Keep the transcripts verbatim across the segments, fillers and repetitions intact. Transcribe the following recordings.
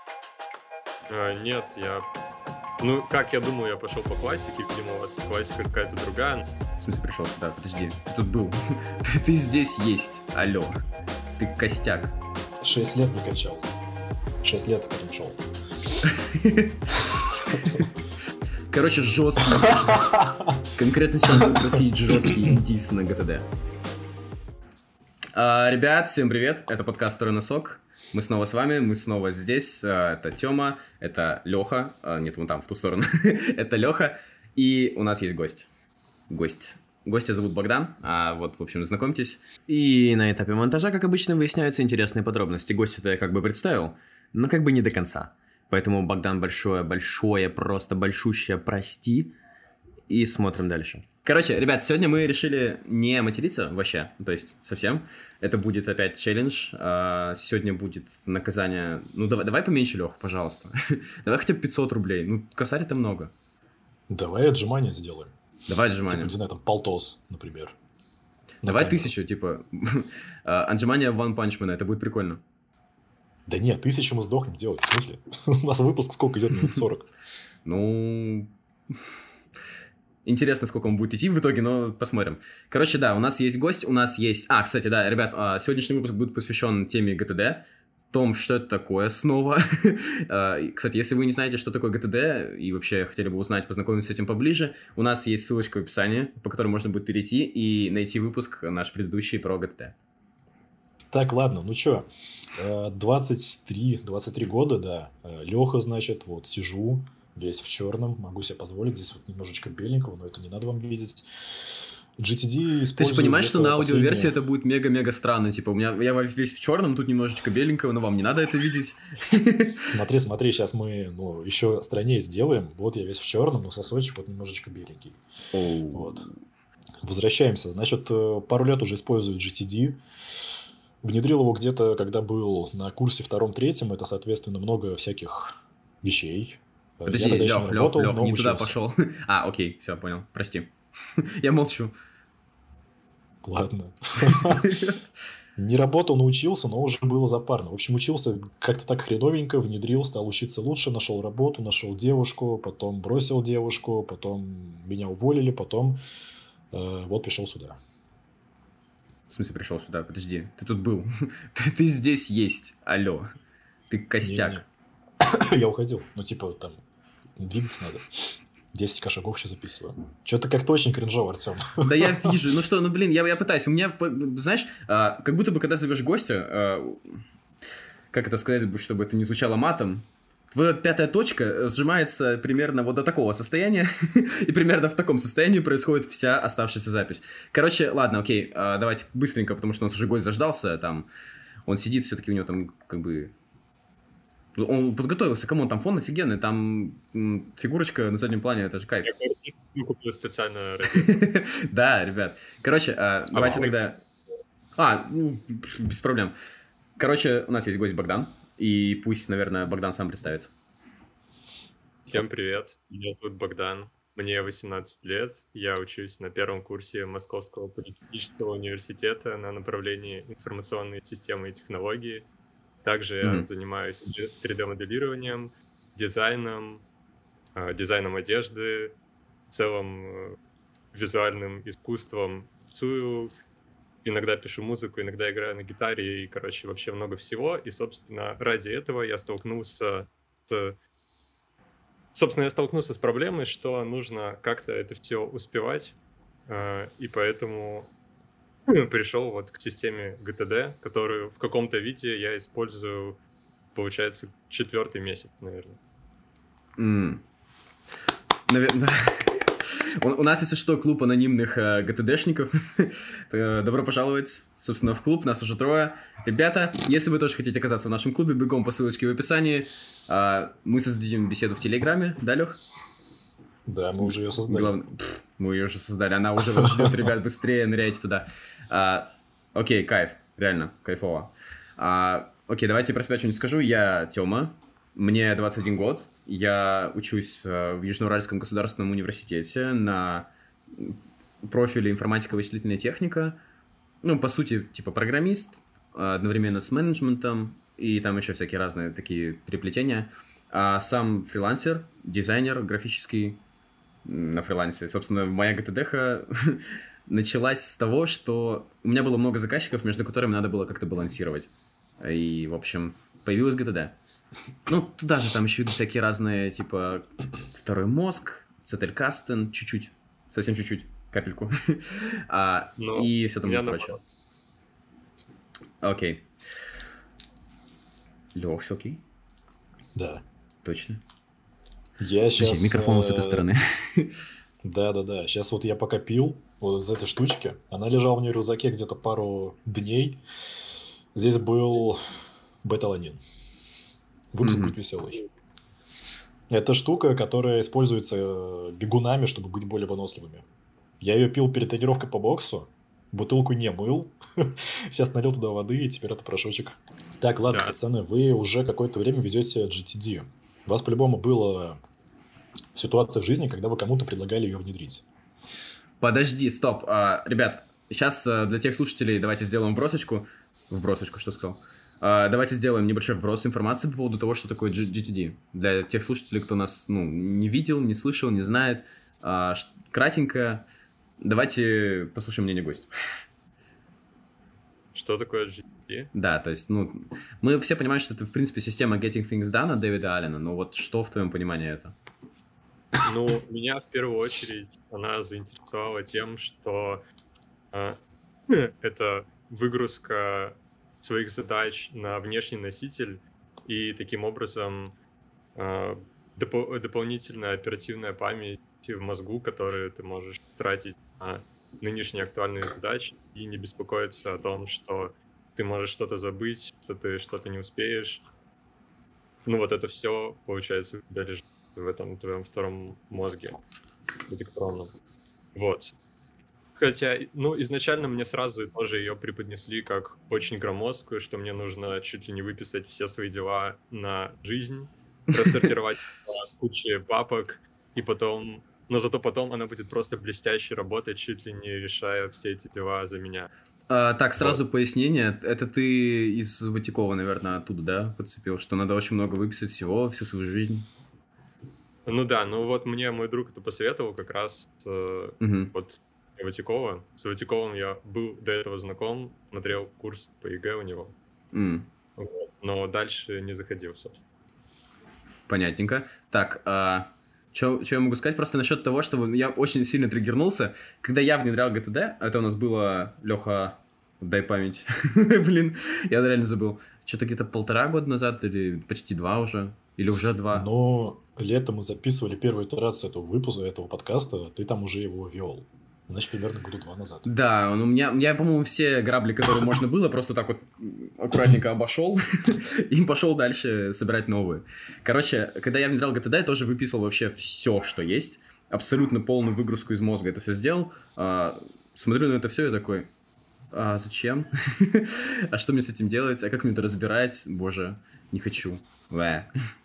А, нет, я... Ну, как я думаю, я пошел по классике, видимо, у вас классика какая-то другая. В смысле пришел сюда? Подожди, ты тут был. ты, ты здесь есть, алло. Ты костяк. Шесть лет не качал. Шесть лет потом шел. Короче, жесткий. Конкретно сейчас будет происходить жесткий дис на ГТД. А, ребят, всем привет. Это подкаст «Второй носок». Мы снова с вами, мы снова здесь. Это Тёма, это Лёха. Нет, вон там, в ту сторону. Это Лёха. И у нас есть гость. Гость. Гостя зовут Богдан. А вот, в общем, знакомьтесь. И на этапе монтажа, как обычно, выясняются интересные подробности. Гостя-то я как бы представил, но как бы не до конца. Поэтому, Богдан, большое-большое, просто большущее прости. И смотрим дальше. Короче, ребят, сегодня мы решили не материться вообще, то есть совсем. Это будет опять челлендж. Сегодня будет наказание... Ну, давай, давай поменьше, Лёх, пожалуйста. Давай хотя бы пятьсот рублей. Ну, косарь это много. Давай отжимания сделаем. Давай отжимания. Типа, не знаю, там полтос, например. Давай тысячу, типа. Отжимания One Punch Man, это будет прикольно. Да нет, тысячу мы сдохнем делать, в смысле? У нас выпуск сколько идет? Минут сорок. Ну... Интересно, сколько он будет идти в итоге, но посмотрим. Короче, да, у нас есть гость, у нас есть... А, кстати, да, ребят, сегодняшний выпуск будет посвящен теме ГТД, том, что это такое снова. Кстати, если вы не знаете, что такое ГТД, и вообще хотели бы узнать, познакомиться с этим поближе, у нас есть ссылочка в описании, по которой можно будет перейти и найти выпуск наш предыдущий про ГТД. Так, ладно, ну чё, двадцать три, двадцать три года, да, Лёха, значит, вот сижу... Весь в черном, могу себе позволить. Здесь вот немножечко беленького, но это не надо вам видеть. джи ти ди использую... Ты же понимаешь, что на аудиоверсии последнее... это будет мега-мега странно. Типа, у меня я весь в черном, тут немножечко беленького, но вам не надо это видеть. Смотри, смотри, сейчас мы ну, еще страннее сделаем. Вот я весь в черном, но сосочек вот немножечко беленький. Oh. Вот. Возвращаемся. Значит, пару лет уже использую джи ти ди. Внедрил его где-то, когда был на курсе втором-третьем. Это, соответственно, много всяких вещей. Подожди, Лёх, Лёх, Лёх, не туда пошел. А, окей, все, понял, прости. Я молчу. Ладно. Не работал, научился, но уже было запарно. В общем, учился как-то так хреновенько, внедрил, стал учиться лучше, нашел работу, нашел девушку, потом бросил девушку, потом меня уволили, потом э, вот пришел сюда. В смысле пришел сюда? Подожди, ты тут был. ты, ты здесь есть, алло. Ты костяк. Я уходил, ну типа там... Двигаться надо. десять шагов еще записываю. Что-то как-то очень кринжово, Артем. Да я вижу. Ну что, ну блин, я, я пытаюсь. У меня, знаешь, а, как будто бы, когда зовешь гостя, а, как это сказать, чтобы это не звучало матом, твоя пятая точка сжимается примерно вот до такого состояния, и примерно в таком состоянии происходит вся оставшаяся запись. Короче, ладно, окей, а, давайте быстренько, потому что у нас уже гость заждался, там, он сидит, все-таки у него там, как бы... Он подготовился, кому там фон офигенный, там м, фигурочка на заднем плане, это же кайф. Я картинку купил специально. Да, ребят. Короче, давайте тогда... А, без проблем. Короче, у нас есть гость Богдан, и пусть, наверное, Богдан сам представится. Всем привет, меня зовут Богдан, мне восемнадцать лет, я учусь на первом курсе Московского политехнического университета на направлении информационные системы и технологии. Также mm-hmm. я занимаюсь три дэ-моделированием, дизайном, э, дизайном одежды, в целом э, визуальным искусством. Рисую, иногда пишу музыку, иногда играю на гитаре и, короче, вообще много всего. И, собственно, ради этого я столкнулся с... Собственно, я столкнулся с проблемой, что нужно как-то это все успевать, э, и поэтому... пришел вот к системе ГТД, которую в каком-то виде я использую, получается, четвертый месяц, наверное. Mm. Наверное, да. у, у нас, если что, клуб анонимных э, ГТДшников. Добро пожаловать, собственно, в клуб. Нас уже трое. Ребята, если вы тоже хотите оказаться в нашем клубе, бегом по ссылочке в описании. Э, мы создадим беседу в Телеграме. Да, Лёх? Да, мы уже ее создали. Глав... Пфф, мы ее уже создали. Она уже вас ждет, ребят, быстрее ныряйте туда. А, окей, кайф. Реально, кайфово. А, окей, давайте про себя что-нибудь скажу. Я Тёма. Мне двадцать один год. Я учусь в Южноуральском государственном университете на профиле информатика, вычислительная техника. Ну, по сути, типа программист, одновременно с менеджментом и там еще всякие разные такие переплетения. А сам фрилансер, дизайнер графический на фрилансе. Собственно, моя ГТД началась с того, что у меня было много заказчиков, между которыми надо было как-то балансировать. И, в общем, появилась ГТД. Ну, туда же там еще идут всякие разные, типа, второй мозг, Цетелькастен, чуть-чуть, совсем чуть-чуть, капельку. а, Ну, и все там я прочее. Окей. Лёх, все окей? Да. Точно. Я сейчас... Подожди, микрофон с этой стороны. Да-да-да. Сейчас вот я пока пил вот из этой штучки. Она лежала у меня в рюкзаке где-то пару дней. Здесь был беталанин. Выпуск Мгм. будет веселый. Это штука, которая используется бегунами, чтобы быть более выносливыми. Я ее пил перед тренировкой по боксу. Бутылку не мыл. Сейчас налил туда воды, и теперь это порошочек. Так, ладно, Да. пацаны, вы уже какое-то время ведете джи ти ди. У вас по-любому была ситуация в жизни, когда вы кому-то предлагали ее внедрить. Подожди, стоп. А, ребят, сейчас а, для тех слушателей давайте сделаем вбросочку. Вбросочку, что сказал? А, давайте сделаем небольшой вброс информации по поводу того, что такое джи ти ди. Для тех слушателей, кто нас ну, не видел, не слышал, не знает. А, ш- кратенько. Давайте послушаем мнение гостя. Что такое джи ти ди? Да, то есть, ну, мы все понимаем, что это, в принципе, система Getting Things Done от Дэвида Аллена, но вот что в твоем понимании это? Ну, меня в первую очередь она заинтересовала тем, что а, это выгрузка своих задач на внешний носитель и таким образом а, допо- дополнительная оперативная память в мозгу, которую ты можешь тратить на нынешние актуальные задачи и не беспокоиться о том, что ты можешь что-то забыть, что ты что-то не успеешь. Ну вот это все, получается, у тебя лежит в этом твоем втором мозге электронном. Вот. Хотя, ну, изначально мне сразу тоже ее преподнесли как очень громоздкую, что мне нужно чуть ли не выписать все свои дела на жизнь, рассортировать по куче папок, и потом... Но зато потом она будет просто блестяще работать, чуть ли не решая все эти дела за меня. А, так, сразу пояснение. Это ты из Ватикова, наверное, оттуда, да, подцепил, что надо очень много выписать всего, всю свою жизнь. Ну да, ну вот мне мой друг это посоветовал как раз э, Мгм. вот Ватикова. С Ватиковым я был до этого знаком, смотрел курс по ЕГЭ у него, М, вот, но дальше не заходил, собственно. понятненько. Так, а, что я могу сказать просто насчет того, что вот я очень сильно триггернулся, когда я внедрял джи ти ди, это у нас было, Леха, дай память, блин, я реально забыл, что-то где-то полтора года назад или почти два уже, или уже два. Но летом мы записывали первую итерацию этого выпуска, этого подкаста, ты там уже его вел. Значит, примерно года два назад. Да, он у меня, я, по-моему, все грабли, которые можно было, просто так вот аккуратненько обошел и пошел дальше собирать новые. Короче, когда я внедрял джи ти ди, я тоже выписывал вообще все, что есть, абсолютно полную выгрузку из мозга это все сделал. А, смотрю на это все и такой, а зачем? А что мне с этим делать? А как мне это разбирать? Боже, не хочу. Вэ.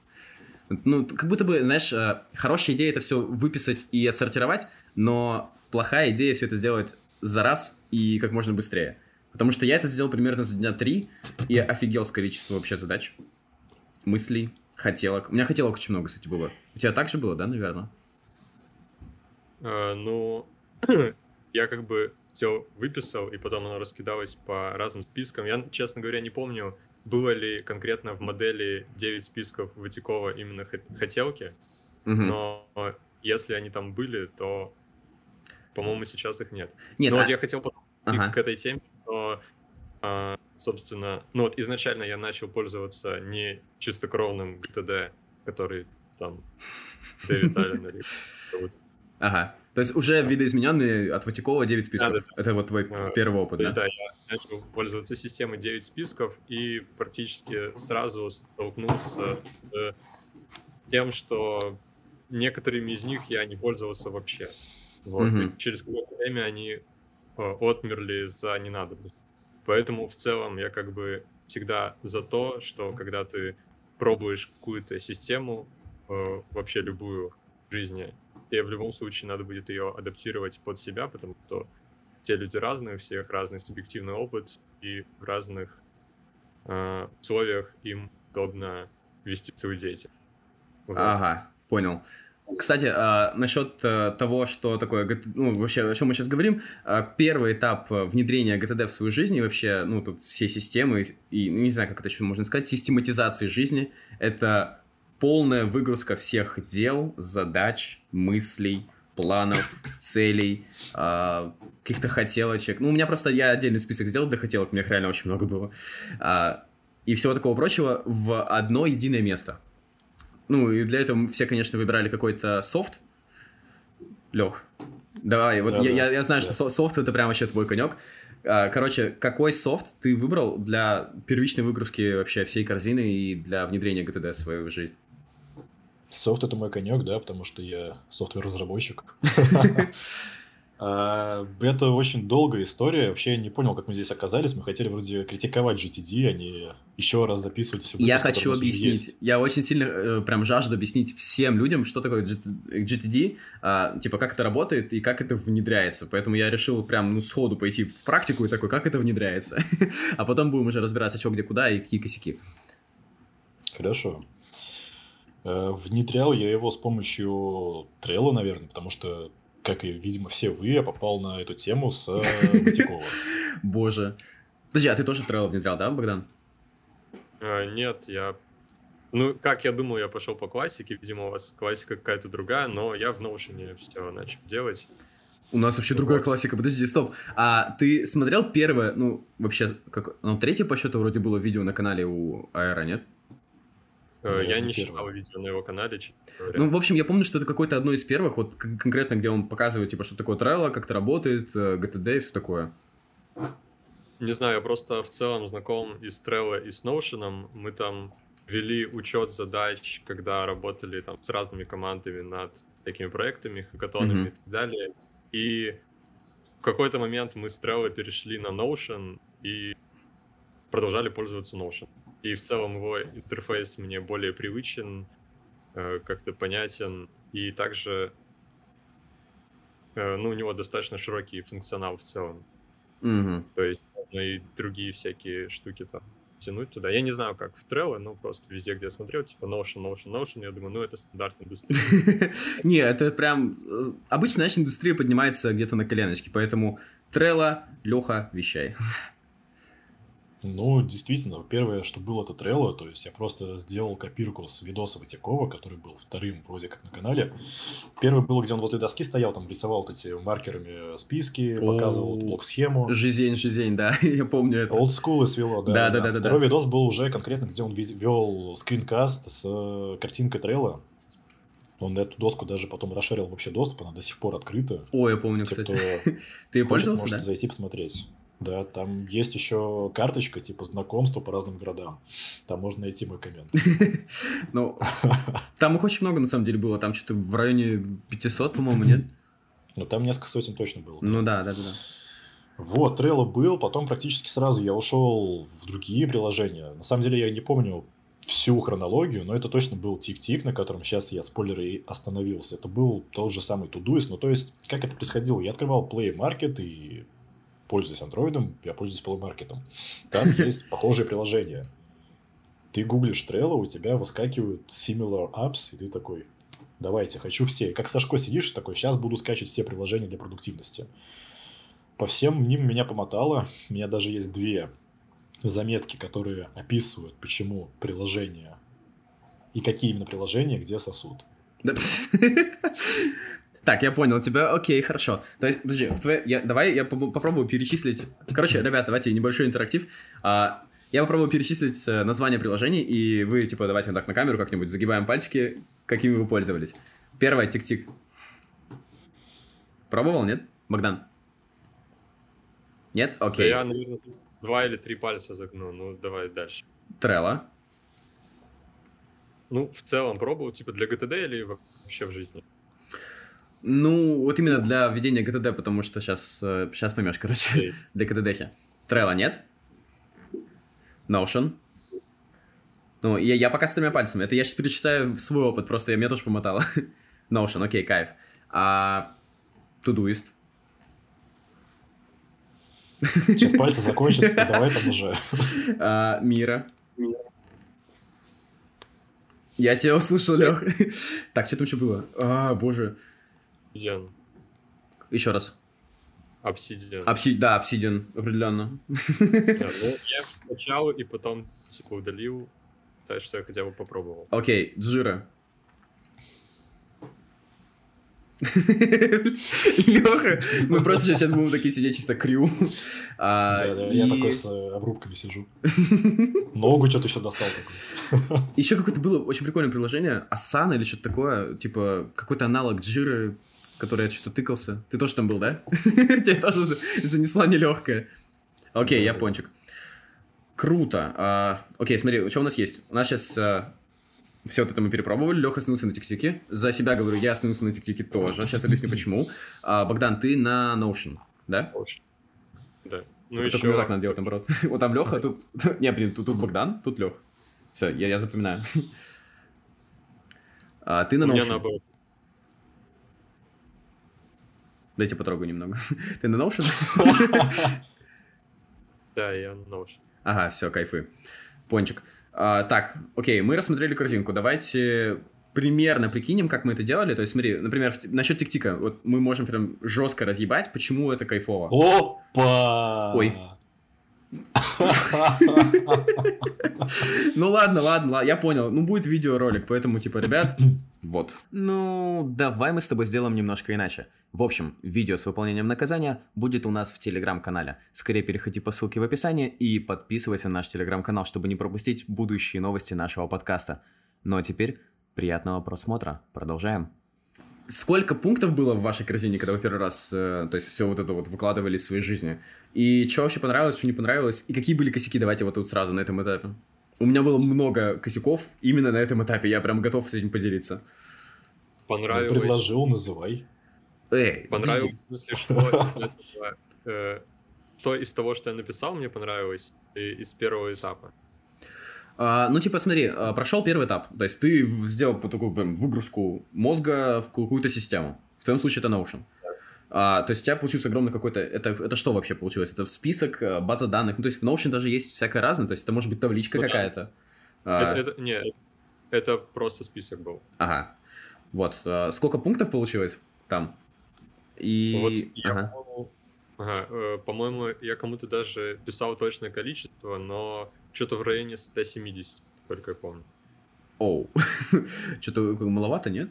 Ну, как будто бы, знаешь, э, хорошая идея это все выписать и отсортировать, но плохая идея все это сделать за раз и как можно быстрее. Потому что я это сделал примерно за дня три, и офигел с количеством вообще задач, мыслей, хотелок. У меня хотелок очень много, кстати, было. У тебя так же было, да, наверное? Э, ну, я как бы все выписал, и потом оно раскидалось по разным спискам. Я, честно говоря, не помню, было ли конкретно в модели девять списков Ватикова именно хот- хотелки, Мгм. но если они там были, то, по-моему, сейчас их нет. Нет, Но а- вот я хотел подойти Ага. к этой теме, но, а, собственно, ну вот изначально я начал пользоваться не чистокровным джи ти ди, который там Дэвид Аллен или зовут. Ага. То есть уже видоизмененный от Ватикова девять списков. Да-да-да. Это вот твой А, первый опыт, То есть, да? да, я начал пользоваться системой девять списков и практически сразу столкнулся с тем, что некоторыми из них я не пользовался вообще. Вот. Мгм. И через какое-то время они э, отмерли за ненадобность. Поэтому в целом я как бы всегда за то, что когда ты пробуешь какую-то систему, э, вообще любую в жизни, тебе в любом случае надо будет ее адаптировать под себя, потому что все люди разные, у всех разный субъективный опыт, и в разных э, условиях им удобно вести свою деятельность. Вот. Ага, понял. Кстати, а, насчет а, того, что такое, ГТ ну, вообще, о чем мы сейчас говорим, а, первый этап внедрения джи ти ди в свою жизнь и вообще, ну, тут все системы, и, ну, не знаю, как это еще можно сказать, систематизации жизни, это полная выгрузка всех дел, задач, мыслей, планов, целей, а, каких-то хотелочек. Ну, у меня просто, я отдельный список сделал для хотелок, у меня их реально очень много было. А, и всего такого прочего в одно единое место. Ну, и для этого все, конечно, выбирали какой-то софт. Лех, давай, вот да, я, да, я, я знаю, да. что софт — это прям вообще твой конек. Короче, какой софт ты выбрал для первичной выгрузки вообще всей корзины и для внедрения джи ти ди в свою жизнь? Софт — это мой конек, да, потому что я софтвер-разработчик. Это очень долгая история. Вообще я не понял, как мы здесь оказались. Мы хотели вроде критиковать джи ти ди, а не еще раз записывать все выпуски, Я которые хочу у нас уже объяснить. есть. Я очень сильно э, прям жажду объяснить всем людям, что такое джи ти ди, а, типа как это работает и как это внедряется. Поэтому я решил прям ну, сходу пойти в практику и такой, как это внедряется. А потом будем уже разбираться, что, где, куда и какие косяки. Хорошо. Э, Внедрял я его с помощью Trello, наверное, потому что, как и, видимо, все вы, я попал на эту тему с э, Ватякова. Боже. Подожди, а ты тоже Trello внедрял, да, Богдан? Э, нет, я... Ну, как я думал, я пошел по классике. Видимо, у вас классика какая-то другая, но я в Notion все начал делать. У нас вообще Вот. другая классика. Подожди, стоп. А ты смотрел первое, ну, вообще, как, ну, третье по счету вроде было видео на канале у Аэра, нет? Э, Наверное, я не первое. считал видео на его канале, честно говоря. Ну, в общем, я помню, что это какое-то одно из первых, вот кон- конкретно, где он показывает, типа, что такое Trello, как это работает, э, джи ти ди и все такое. Не знаю, я просто в целом знаком и с Trello, и с Notion. Мы там вели учет задач, когда работали там с разными командами над такими проектами, хакатонами Мгм. и так далее. И в какой-то момент мы с Trello перешли на Notion и продолжали пользоваться Notion. И в целом его интерфейс мне более привычен, э, как-то понятен, и также э, ну, у него достаточно широкий функционал в целом. Мгм. То есть можно и другие всякие штуки там тянуть туда. Я не знаю, как в Trello, но просто везде, где я смотрел, типа Notion, Notion, Notion, я думаю, ну, это стандарт индустрии. Не, это прям... э, Обычно, знаешь, индустрия поднимается где-то на коленочке, поэтому Trello, Леха, вещай. Ну, действительно, первое, что было, это Trello, то есть я просто сделал копирку с видоса Ватякова, который был вторым вроде как на канале. Первый был, где он возле доски стоял, там рисовал вот эти маркерами списки, показывал О, блок-схему. Жизень, жизень, да, я помню это. Олдскулы свело, да. Да, да, да, да, Второй да. видос был уже конкретно, где он вез- вел скринкаст с э, картинкой Trello. Он эту доску даже потом расширил вообще доступ, она до сих пор открыта. О, я помню, Те, кстати. кто Ты хочет, пользовался, можете да? зайти посмотреть. Да, там есть еще карточка, типа знакомства по разным городам. Там можно найти мой коммент. Ну, там их очень много, на самом деле, было. Там что-то в районе пятьсот, по-моему, нет? Ну, там несколько сотен точно было. да. Ну да, да, да, да. Вот, Trello был, потом практически сразу я ушел в другие приложения. На самом деле я не помню всю хронологию, но это точно был Тик-Тик, на котором сейчас я, спойлеры, и остановился. Это был тот же самый Todoist. Ну, то есть, как это происходило? Я открывал Play Market и, пользуясь андроидом, я пользуюсь Play Market. Там есть похожие приложения. Ты гуглишь Trello, у тебя выскакивают similar apps, и ты такой, давайте, хочу все. Как Сашко сидишь, такой, сейчас буду скачивать все приложения для продуктивности. По всем ним меня помотало. У меня даже есть две заметки, которые описывают, почему приложения и какие именно приложения где сосут. Да. Так, я понял тебя. Окей, хорошо. То есть, подожди, в твоей... я... давай я по- попробую перечислить... Короче, ребята, давайте небольшой интерактив. А, я попробую перечислить э, названия приложений, и вы, типа, давайте вот так на камеру как-нибудь загибаем пальчики, какими вы пользовались. Первое, Тик-Тик. Пробовал, нет, Богдан? Нет? Да Окей. я, наверное, два или три пальца загну. Ну, давай дальше. Trello. Ну, в целом пробовал, типа, для джи ти ди или вообще в жизни? Ну, вот именно для введения джи ти ди, потому что сейчас, сейчас поймешь, короче, Окей. для джи ти ди. Trello нет. Notion. Ну, я, я пока с тремя пальцами. Это я сейчас перечисляю свой опыт, просто я, меня тоже помотало. Notion, окей, кайф. А Todoist. Сейчас пальцы закончатся, давай там уже. А, Мира. Мира. Я тебя услышал, Лех. Так, что там еще было? А, боже. Обсидиан. Еще раз. Обсидиан. Обси... Да, обсидиан, определенно. Да, ну, я сначала и потом типа удалил, так что я хотя бы попробовал. Окей, Джира. Леха, мы просто сейчас будем такие сидеть чисто крю. А, Да, да, и- я такой с э, обрубками сижу. Ногу что-то еще достал такой. Еще какое-то было очень прикольное приложение, Asana или что-то такое, типа какой-то аналог Джиры, который я что-то тыкался. Ты тоже там был, да? Тебя тоже за- занесла нелегкая. Окей, я Да-да. пончик. Круто. А, Окей, смотри, что у нас есть? У нас сейчас все вот это мы перепробовали. Леха снился на тик-тике. За себя говорю, я снился на тик-тике тоже. Сейчас объясню, почему. А, Богдан, ты на Notion, да? Очень. Да. Ну Только еще... мне так надо делать, наоборот. Вот там Леха, тут... Не, блин, тут, тут Богдан, тут Лех. Все, я, я запоминаю. А, ты на У меня Notion. наоборот. Дайте потрогаю немного. Ты на Notion? Да, я нож. Ага, все, кайфы. Пончик. А, так, окей, мы рассмотрели корзинку. Давайте примерно прикинем, как мы это делали. То есть, смотри, например, в- насчет тик-тика. Вот мы можем прям жестко разъебать, почему это кайфово. Опа! Ой. Ну ладно, ладно, ладно, я понял. Ну, будет видеоролик, поэтому, типа, ребят, вот. Ну, давай мы с тобой сделаем немножко иначе. В общем, видео с выполнением наказания будет у нас в Телеграм-канале. Скорее переходи по ссылке в описании и подписывайся на наш Телеграм-канал, чтобы не пропустить будущие новости нашего подкаста. Ну а теперь приятного просмотра. Продолжаем. Сколько пунктов было в вашей корзине, когда вы первый раз, э, то есть все вот это вот выкладывали в своей жизни? И что вообще понравилось, что не понравилось? И какие были косяки? Давайте вот тут сразу на этом этапе. У меня было много косяков именно на этом этапе. Я прям готов с этим поделиться. Понравилось. Предложил, называй. Эй, Понравилось, в смысле, что из этого, э, что из того, что я написал, мне понравилось и из первого этапа. А, ну, типа, смотри, а, прошел первый этап. То есть ты в- сделал вот такую прям выгрузку мозга в какую-то систему. В твоем случае это Notion. А, то есть у тебя получился огромный какой-то... Это, это что вообще получилось? Это список, а, база данных. Ну, то есть в Notion даже есть всякое разное. То есть это может быть табличка Ну да. какая-то. А, Это, это- не, это просто список был. Ага. Вот. а, сколько пунктов получилось там? И... Вот я, Ага. по-моему, ага, э, по-моему, я кому-то даже писал точное количество, но что-то в районе ста семидесяти, только я помню. Оу. Что-то маловато, нет?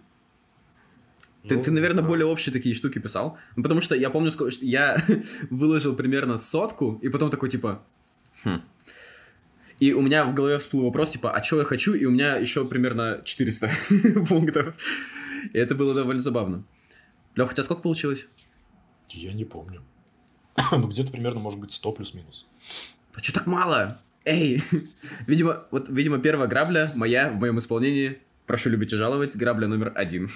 Ты, Ну, ты, наверное, да. более общие такие штуки писал. Ну, потому что я помню, сколько- что я выложил примерно сотку, и потом такой, типа... «Хм». И у меня в голове всплыл вопрос, типа, а что я хочу? И у меня еще примерно четыреста пунктов. И это было довольно забавно. Леха, у тебя сколько получилось? Я не помню. Ну, где-то примерно, может быть, сто плюс-минус. А что так мало? Эй! Видимо, вот, видимо, первая грабля моя в моем исполнении. Прошу любить и жаловать. Грабля номер один.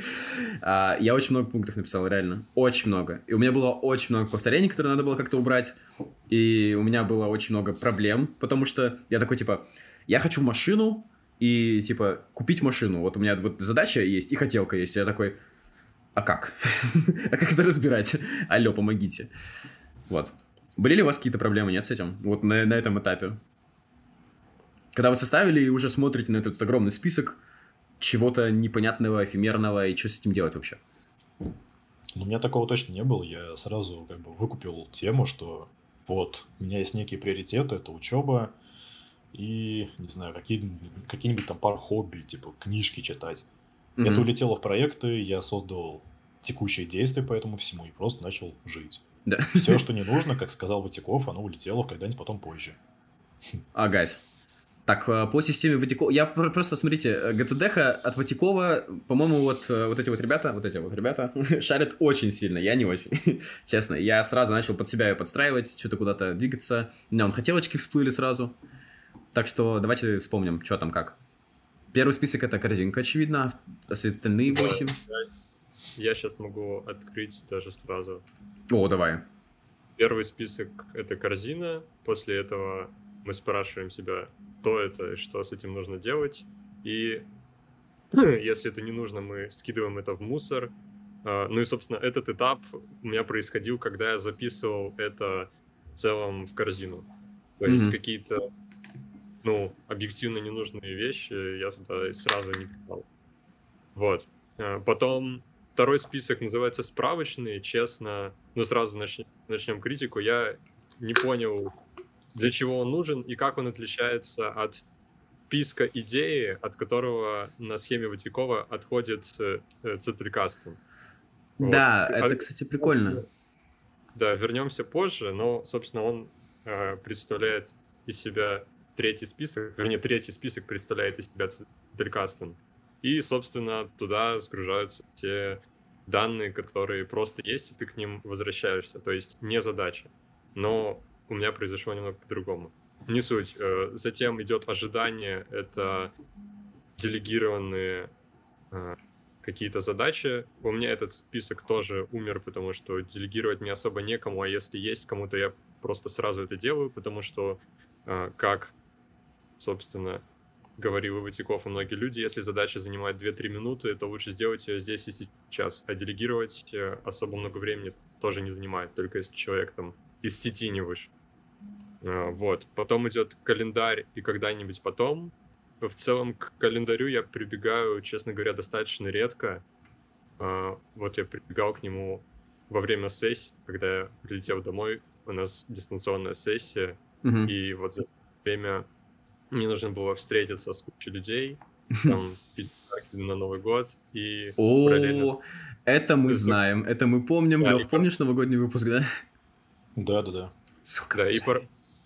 А, Я очень много пунктов написал, реально. Очень много. И у меня было очень много повторений, которые надо было как-то убрать. И у меня было очень много проблем, потому что я такой, типа, я хочу машину и, типа, купить машину. Вот у меня вот задача есть и хотелка есть. Я такой, а как? А как это разбирать? Алло, помогите. Вот. Были ли у вас какие-то проблемы, нет, с этим? Вот на, на этом этапе. Когда вы составили и уже смотрите на этот огромный список чего-то непонятного, эфемерного, и что с этим делать вообще? Ну, у меня такого точно не было. Я сразу как бы выкупил тему, что вот, у меня есть некие приоритеты, это учеба и, не знаю, какие, какие-нибудь там пару хобби, типа книжки читать. Мгм. Это улетело в проекты, я создал текущие действия по этому всему и просто начал жить. Да. Все, что не нужно, как сказал Ватиков, оно улетело когда-нибудь потом позже. Агась. Так, э, по системе Ватикова... Я пр- просто, смотрите, э, ГТДХ от Ватикова, по-моему, вот, э, вот эти вот ребята, вот эти вот ребята шарят очень сильно, я не очень. Честно, я сразу начал под себя ее подстраивать, что-то куда-то двигаться. У меня вон хотелочки всплыли сразу. Так что давайте вспомним, что там как. Первый список — это корзинка, очевидно, а остальные Да, восемь. Я сейчас могу открыть даже сразу. О, давай. Первый список — это корзина. После этого мы спрашиваем себя, что это и что с этим нужно делать. И если это не нужно, мы скидываем это в мусор. А, Ну и, собственно, этот этап у меня происходил, когда я записывал это целом в корзину. То есть Мгм. какие-то, ну, объективно ненужные вещи я туда сразу не попал. Вот. Э, Потом второй список называется справочный. Честно, ну сразу начнем, начнем критику. Я не понял, для чего он нужен и как он отличается от списка идеи, от которого на схеме Ватикова отходит э, э, цитрикастом. Вот. Да, К- это, а- кстати, прикольно. Да, вернемся позже, но, собственно, он э, представляет из себя третий список, вернее, третий список представляет из себя цитрикастом. И, собственно, туда сгружаются те данные, которые просто есть, и ты к ним возвращаешься. То есть не задача. Но у меня произошло немного по-другому. Не суть. Э, Затем идет ожидание. Это делегированные э, какие-то задачи. У меня этот список тоже умер, потому что делегировать мне особо некому, а если есть кому-то, я просто сразу это делаю, потому что, э, как, собственно, говорил Иватиков и многие люди, если задача занимает две-три минуты, то лучше сделать ее здесь и сейчас. А делегировать э, особо много времени тоже не занимает, только если человек там из сети не вышел. Э, Вот. Потом идет календарь и когда-нибудь потом. В целом к календарю я прибегаю, честно говоря, достаточно редко. А, Вот я прибегал к нему во время сессии, когда я прилетел домой, у нас дистанционная сессия, Мгм. и вот за это время мне нужно было встретиться с кучей людей, там, пить подарки на Новый год, и параллельно... О, это мы Зу- знаем, это мы помним. Да, и Лех, пар- помнишь новогодний выпуск, да? Да-да-да. Сука, да, и пар-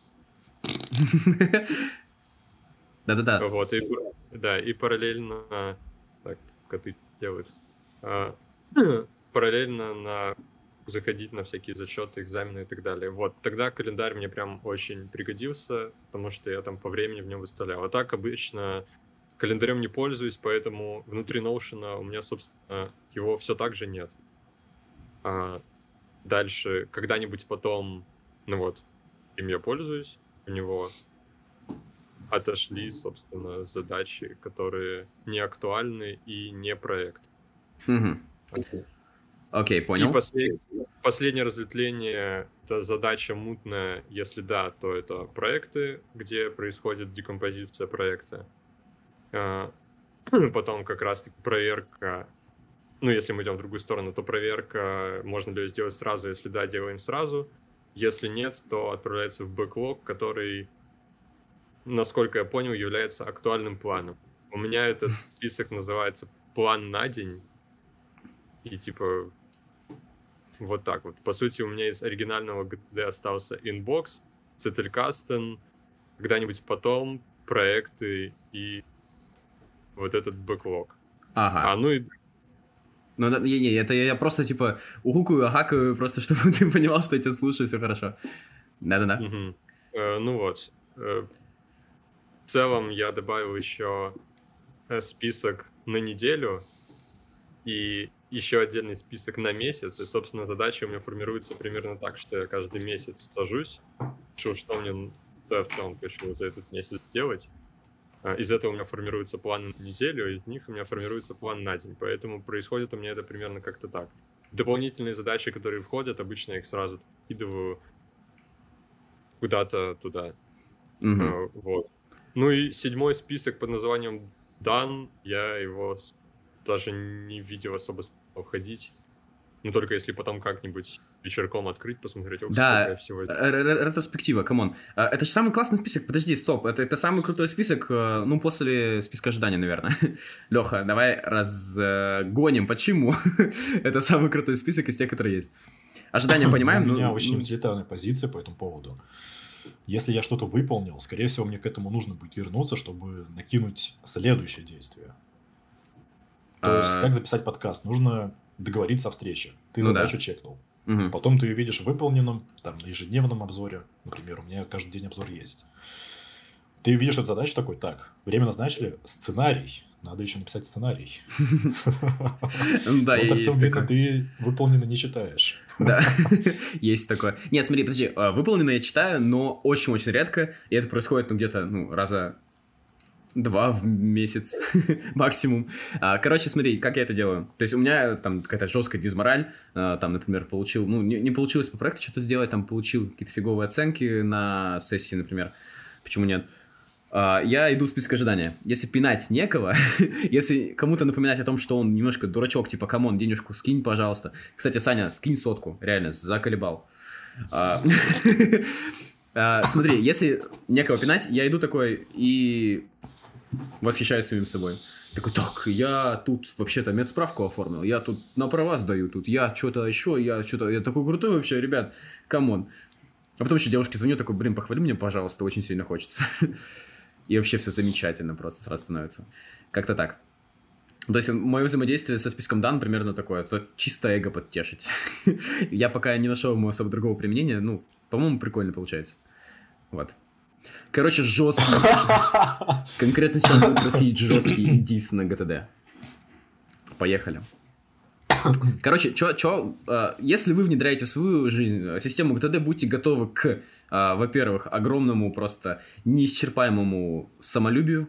Да-да-да. Вот, и, пар- да, и параллельно... Так, коты делают. А, Параллельно на заходить на всякие зачеты, экзамены и так далее. Вот, тогда календарь мне прям очень пригодился, потому что я там по времени в нем выставлял. А так обычно календарем не пользуюсь, поэтому внутри Notion у меня, собственно, его все так же нет. А дальше, когда-нибудь потом, ну вот, им я пользуюсь, у него отошли, собственно, задачи, которые не актуальны и не проект. Мгм. Окей, И понял. послед- последнее разветвление — это задача мутная. Если да, то это проекты, где происходит декомпозиция проекта. А, Потом как раз-таки проверка. Ну, если мы идем в другую сторону, то проверка, можно ли ее сделать сразу. Если да, делаем сразу. Если нет, то отправляется в бэклог, который, насколько я понял, является актуальным планом. У меня этот список называется «План на день». И типа вот так вот. По сути, у меня из оригинального джи ди остался инбокс, Zettelkasten, когда-нибудь потом проекты и вот этот бэклог. А, Ага. ну и Ну, да, не, не, это я, я просто, типа, угукаю, агакаю, просто чтобы ты понимал, что я тебя слушаю, все хорошо. Да-да-да. мгм. Э, ну вот. Э, В целом я добавил еще э, список на неделю и еще отдельный список на месяц. И, собственно, задача у меня формируется примерно так, что я каждый месяц сажусь, пишу, что мне что я в целом хочу за этот месяц делать. А, Из этого у меня формируется план на неделю, из них у меня формируется план на день. Поэтому происходит у меня это примерно как-то так. Дополнительные задачи, которые входят, обычно я их сразу кидываю куда-то туда. Мгм. А, Вот. Ну и седьмой список под названием Done, я его с- даже не видел особо смысла ходить. Ну только если потом как-нибудь вечерком открыть, посмотреть, ох, сколько я Да, всего... р- р- ретроспектива, камон. А, Это же самый классный список, подожди, стоп, это, это самый крутой список, э, ну, после списка ожидания, наверное. Леха, давай разгоним, почему это самый крутой список из тех, которые есть. Ожидания понимаем, У ну, меня очень ну, утилитарная позиция по этому поводу. Если я что-то выполнил, скорее всего, мне к этому нужно будет вернуться, чтобы накинуть следующее действие. То есть, а, как записать подкаст? Нужно договориться о встрече. Ты Ну задачу да. чекнул. мгм. Потом ты ее видишь выполненным, там, на ежедневном обзоре. Например, у меня каждый день обзор есть. Ты видишь эту задачу такой, так, время назначили, сценарий. Надо еще написать сценарий. Ну да, Вот есть Артем, видно, такое. ты выполнено не читаешь. Да, есть такое. Нет, смотри, подожди, а, выполнено я читаю, но очень-очень редко, и это происходит, ну, где-то, ну, раза Два в месяц максимум. А, короче, смотри, как я это делаю. То есть у меня там какая-то жесткая дизмораль. А, там, например, получил... Ну, не, не получилось по проекту что-то сделать. Там получил какие-то фиговые оценки на сессии, например. Почему нет? А, я иду в список ожидания. Если пинать некого, если кому-то напоминать о том, что он немножко дурачок, типа, камон, денежку скинь, пожалуйста. Кстати, Саня, скинь сотку. Реально, заколебал. А, а, смотри, если некого пинать, я иду такой и... восхищаюсь самим собой. Такой, так, я тут вообще-то медсправку оформил, я тут на права сдаю, тут я что-то еще, я что-то, я такой крутой вообще, ребят, камон. А потом еще девушке звоню, такой, блин, похвали меня, пожалуйста, очень сильно хочется. И вообще все замечательно просто сразу становится. Как-то так. То есть мое взаимодействие со списком дан примерно такое, то чисто эго подтешить. Я пока не нашел ему особо другого применения, ну, по-моему, прикольно получается. Вот. Короче, жесткий. Конкретно сейчас будет происходить жесткий дис на ГТД. Поехали. Короче, чё, чё, э, если вы внедряете в свою жизнь систему ГТД, будьте готовы к, э, во-первых, огромному просто неисчерпаемому самолюбию,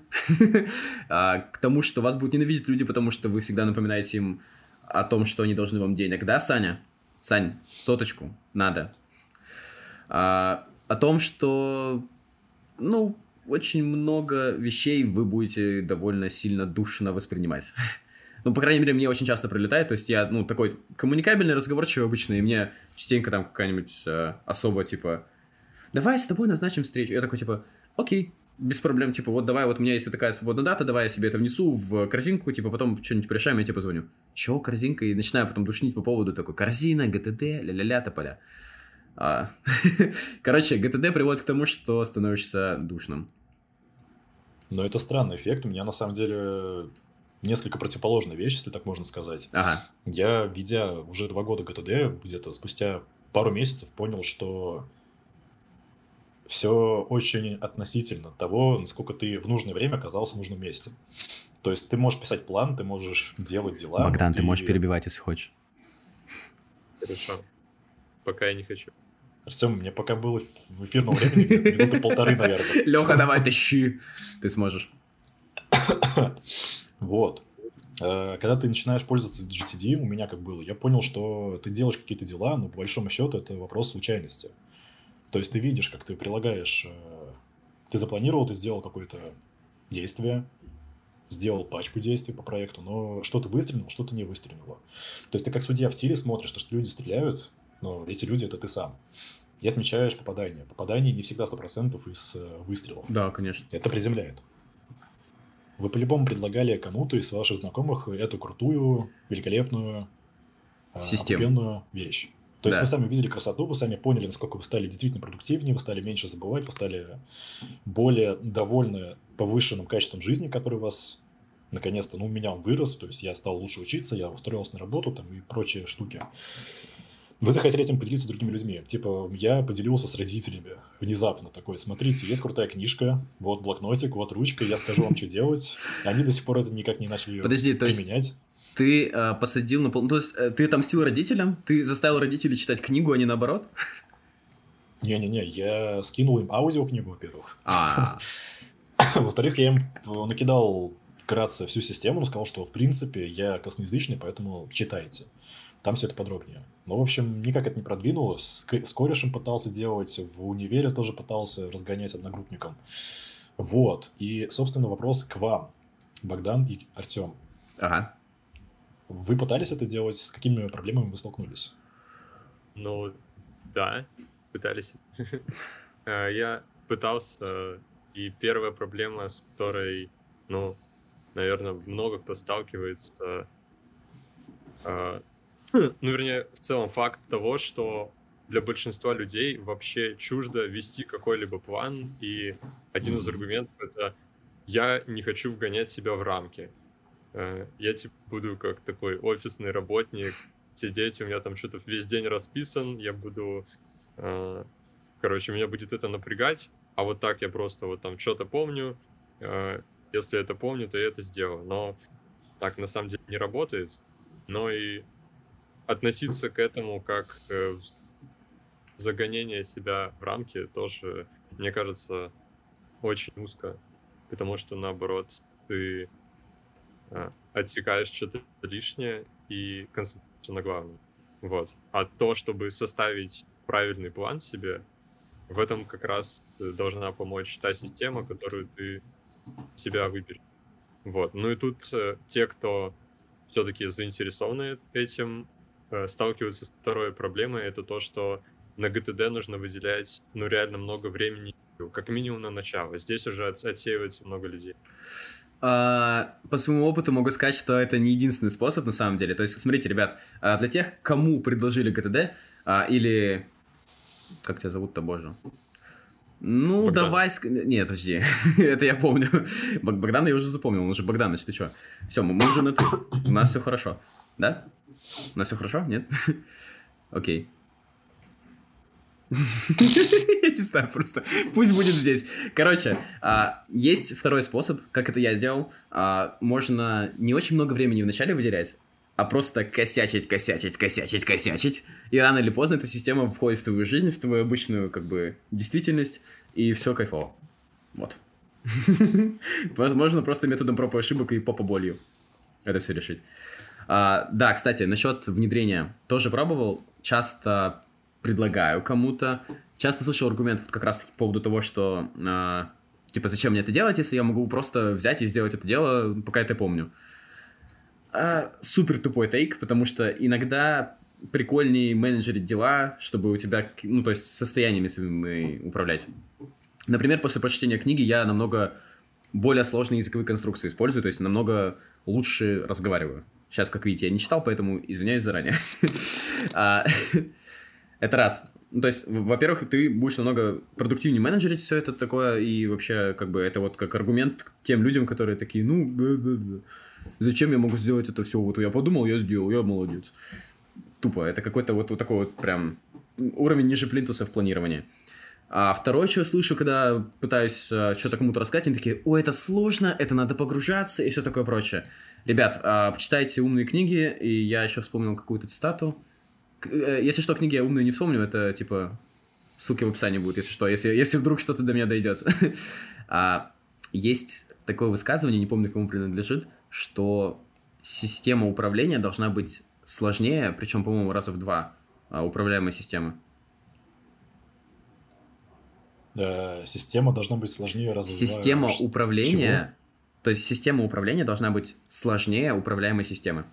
к тому, что вас будут ненавидеть люди, потому что вы всегда напоминаете им о том, что они должны вам денег. Да, Саня? Сань, соточку надо. О том, что... Ну, очень много вещей вы будете довольно сильно душно воспринимать. Ну, по крайней мере, мне очень часто прилетает. То есть я, ну, такой коммуникабельный, разговорчивый обычно, и мне частенько там какая-нибудь э, особо, типа, давай с тобой назначим встречу. Я такой, типа, окей, без проблем, типа, вот давай, вот у меня есть вот такая свободная дата, давай я себе это внесу в корзинку, типа, потом что-нибудь порешаем, я тебе позвоню. Чё, корзинка? И начинаю потом душнить по поводу такой, корзина, ГТД, ля-ля-ля, тополя. А. Короче, ГТД приводит к тому, что становишься душным. Но это странный эффект. У меня, на самом деле, несколько противоположная вещь, если так можно сказать. Ага. Я, ведя уже два года ГТД, где-то спустя пару месяцев понял, что все очень относительно того, насколько ты в нужное время оказался в нужном месте. То есть ты можешь писать план, ты можешь делать дела. Богдан, ты... ты можешь перебивать, если хочешь. Хорошо. Пока я не хочу. Артем, мне пока было в эфирном времени минуты полторы, наверное. Леха, давай, тащи. Ты сможешь. Вот. Когда ты начинаешь пользоваться джи ти ди, у меня как было, я понял, что ты делаешь какие-то дела, но по большому счету это вопрос случайности. То есть ты видишь, как ты прилагаешь... Ты запланировал, ты сделал какое-то действие, сделал пачку действий по проекту, но что-то выстрелило, что-то не выстрелило. То есть ты как судья в тире смотришь, что люди стреляют, но эти люди – это ты сам. И отмечаешь попадание. Попадание не всегда сто процентов из выстрелов. Да, конечно. Это приземляет. Вы по-любому предлагали кому-то из ваших знакомых эту крутую, великолепную, определенную вещь. То есть да. Вы сами увидели красоту, вы сами поняли, насколько вы стали действительно продуктивнее, вы стали меньше забывать, вы стали более довольны повышенным качеством жизни, который у вас наконец-то, ну, у меня он вырос, то есть я стал лучше учиться, я устроился на работу там, и прочие штуки. Вы захотели этим поделиться с другими людьми. Типа, я поделился с родителями внезапно такой, смотрите, есть крутая книжка, вот блокнотик, вот ручка, я скажу вам, что делать. Они до сих пор это никак не начали Подожди, применять. То есть ты э, посадил на пол... То есть э, ты отомстил родителям? Ты заставил родителей читать книгу, а не наоборот? Не-не-не, я скинул им аудиокнигу, во-первых. А. Во-вторых, я им накидал вкратце всю систему, но сказал, что, в принципе, я косноязычный, поэтому читайте. Там все это подробнее. Но, в общем, никак это не продвинулось. С корешем пытался делать, в универе тоже пытался разгонять одногруппникам. Вот. И, собственно, вопрос к вам, Богдан и Артем. Ага. Вы пытались это делать? С какими проблемами вы столкнулись? Ну, да, пытались. Я пытался, и первая проблема, с которой, ну, наверное, много кто сталкивается, ну, вернее, в целом факт того, что для большинства людей вообще чуждо вести какой-либо план, и один из аргументов — это «я не хочу вгонять себя в рамки». Я типа буду как такой офисный работник, сидеть, у меня там что-то весь день расписан, я буду... Короче, меня будет это напрягать, а вот так я просто вот там что-то помню, если это помню, то я это сделаю. Но так на самом деле не работает, но и относиться к этому как э, загонение себя в рамки тоже, мне кажется, очень узко потому что, наоборот, ты а, отсекаешь что-то лишнее и концентрируешься на главном. Вот. А то, чтобы составить правильный план себе, в этом как раз должна помочь та система, которую ты себя выберешь. Вот. Ну и тут э, те, кто все-таки заинтересованы этим, э, сталкиваются с второй проблемой. Это то, что на джи ти ди нужно выделять, ну, реально много времени, как минимум на начало. Здесь уже от- отсеивается много людей. А, по своему опыту могу сказать, что это не единственный способ на самом деле. То есть, смотрите, ребят, а, для тех, кому предложили джи ти ди, а, или... Как тебя зовут-то, боже? Ну, Богдан. давай... ск- Нет, подожди, это я помню. Бог- Богдана я уже запомнил, он уже Богданович, ты что? Все, мы мы уже на «ты». У нас все хорошо. Да? У нас все хорошо? Нет? Окей. Я не знаю, просто пусть будет здесь. Короче, а, есть второй способ, как это я сделал. А, можно не очень много времени вначале выделять, а просто косячить, косячить, косячить, косячить. И рано или поздно эта система входит в твою жизнь, в твою обычную, как бы, действительность, и все кайфово. Вот. Возможно, просто методом проб и ошибок и попоболью это все решить. А, да, кстати, насчет внедрения тоже пробовал. Часто предлагаю кому-то. Часто слышал аргумент вот как раз по поводу того, что а, типа, зачем мне это делать, если я могу просто взять и сделать это дело, пока это помню. А, супер тупой тейк, потому что иногда прикольнее менеджерить дела, чтобы у тебя, ну, то есть состояниями своими управлять. Например, после прочтения книги я намного более сложные языковые конструкции использую, то есть намного лучше разговариваю. Сейчас, как видите, я не читал, поэтому извиняюсь заранее. А, Это раз. Ну, то есть, в- во-первых, ты будешь намного продуктивнее менеджерить все это такое, и вообще, как бы, это вот как аргумент к тем людям, которые такие, ну, б-б-б, зачем я могу сделать это все? Вот я подумал, я сделал, я молодец. Тупо. Это какой-то вот, вот такой вот прям уровень ниже плинтуса в планировании. А второе, что я слышу, когда пытаюсь а, что-то кому-то рассказать, они такие, ой, это сложно, это надо погружаться и все такое прочее. Ребят, а, почитайте умные книги, и я еще вспомнил какую-то цитату. К- э, Если что, книги я умные не вспомню, это типа ссылки в описании будут, если что, если, если вдруг что-то до меня дойдет. А, Есть такое высказывание, не помню, кому принадлежит, что система управления должна быть сложнее, причем, по-моему, раза в два а, управляемой системы. Э, Система должна быть сложнее раза в два. Система Ш- управления, то есть система управления должна быть сложнее управляемой системы.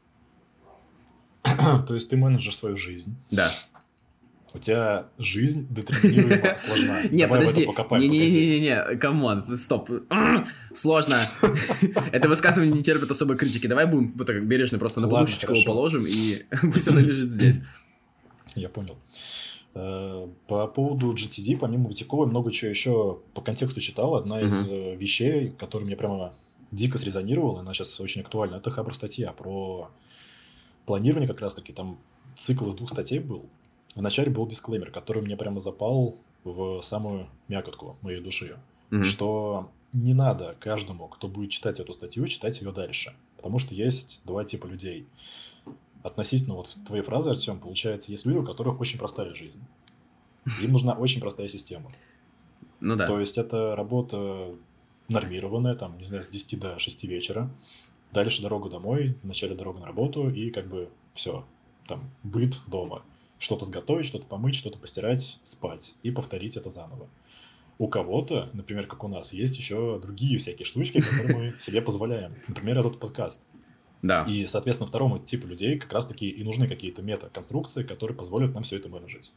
чего? То есть ты менеджер свою жизнь. Да. У тебя жизнь детерминируемо сложна. Не, Давай в подожди. это покопаем, погоди. Не-не-не-не, камон, стоп. Сложно. Это высказывание не терпит особой критики. Давай будем вот так бережно просто на Ладно, подушечку его хорошо. положим, и пусть оно лежит здесь. Я понял. Э, По поводу джи ти ди, помимо Витякова, много чего еще по контексту читал. Одна из Мгм. э, вещей, которая мне прямо дико срезонировала, она сейчас очень актуальна, это Хабр-статья про планирование как раз-таки. Там цикл из двух статей был. Вначале был дисклеймер, который мне прямо запал в самую мякотку моей души. Мгм. Что не надо каждому, кто будет читать эту статью, читать ее дальше. Потому что есть два типа людей. Относительно вот твоей фразы, Артем, получается, есть люди, у которых очень простая жизнь. Им нужна очень простая система. Ну То да. есть это работа нормированная, там, не знаю, с десяти до шести вечера. Дальше дорога домой, вначале дорога на работу, и как бы все. Там быт дома. Что-то сготовить, что-то помыть, что-то постирать, спать. И повторить это заново. У кого-то, например, как у нас, есть еще другие всякие штучки, которые мы себе позволяем. Например, этот подкаст. Да. И, соответственно, второму типу людей как раз-таки и нужны какие-то мета-конструкции, которые позволят нам все это менеджить.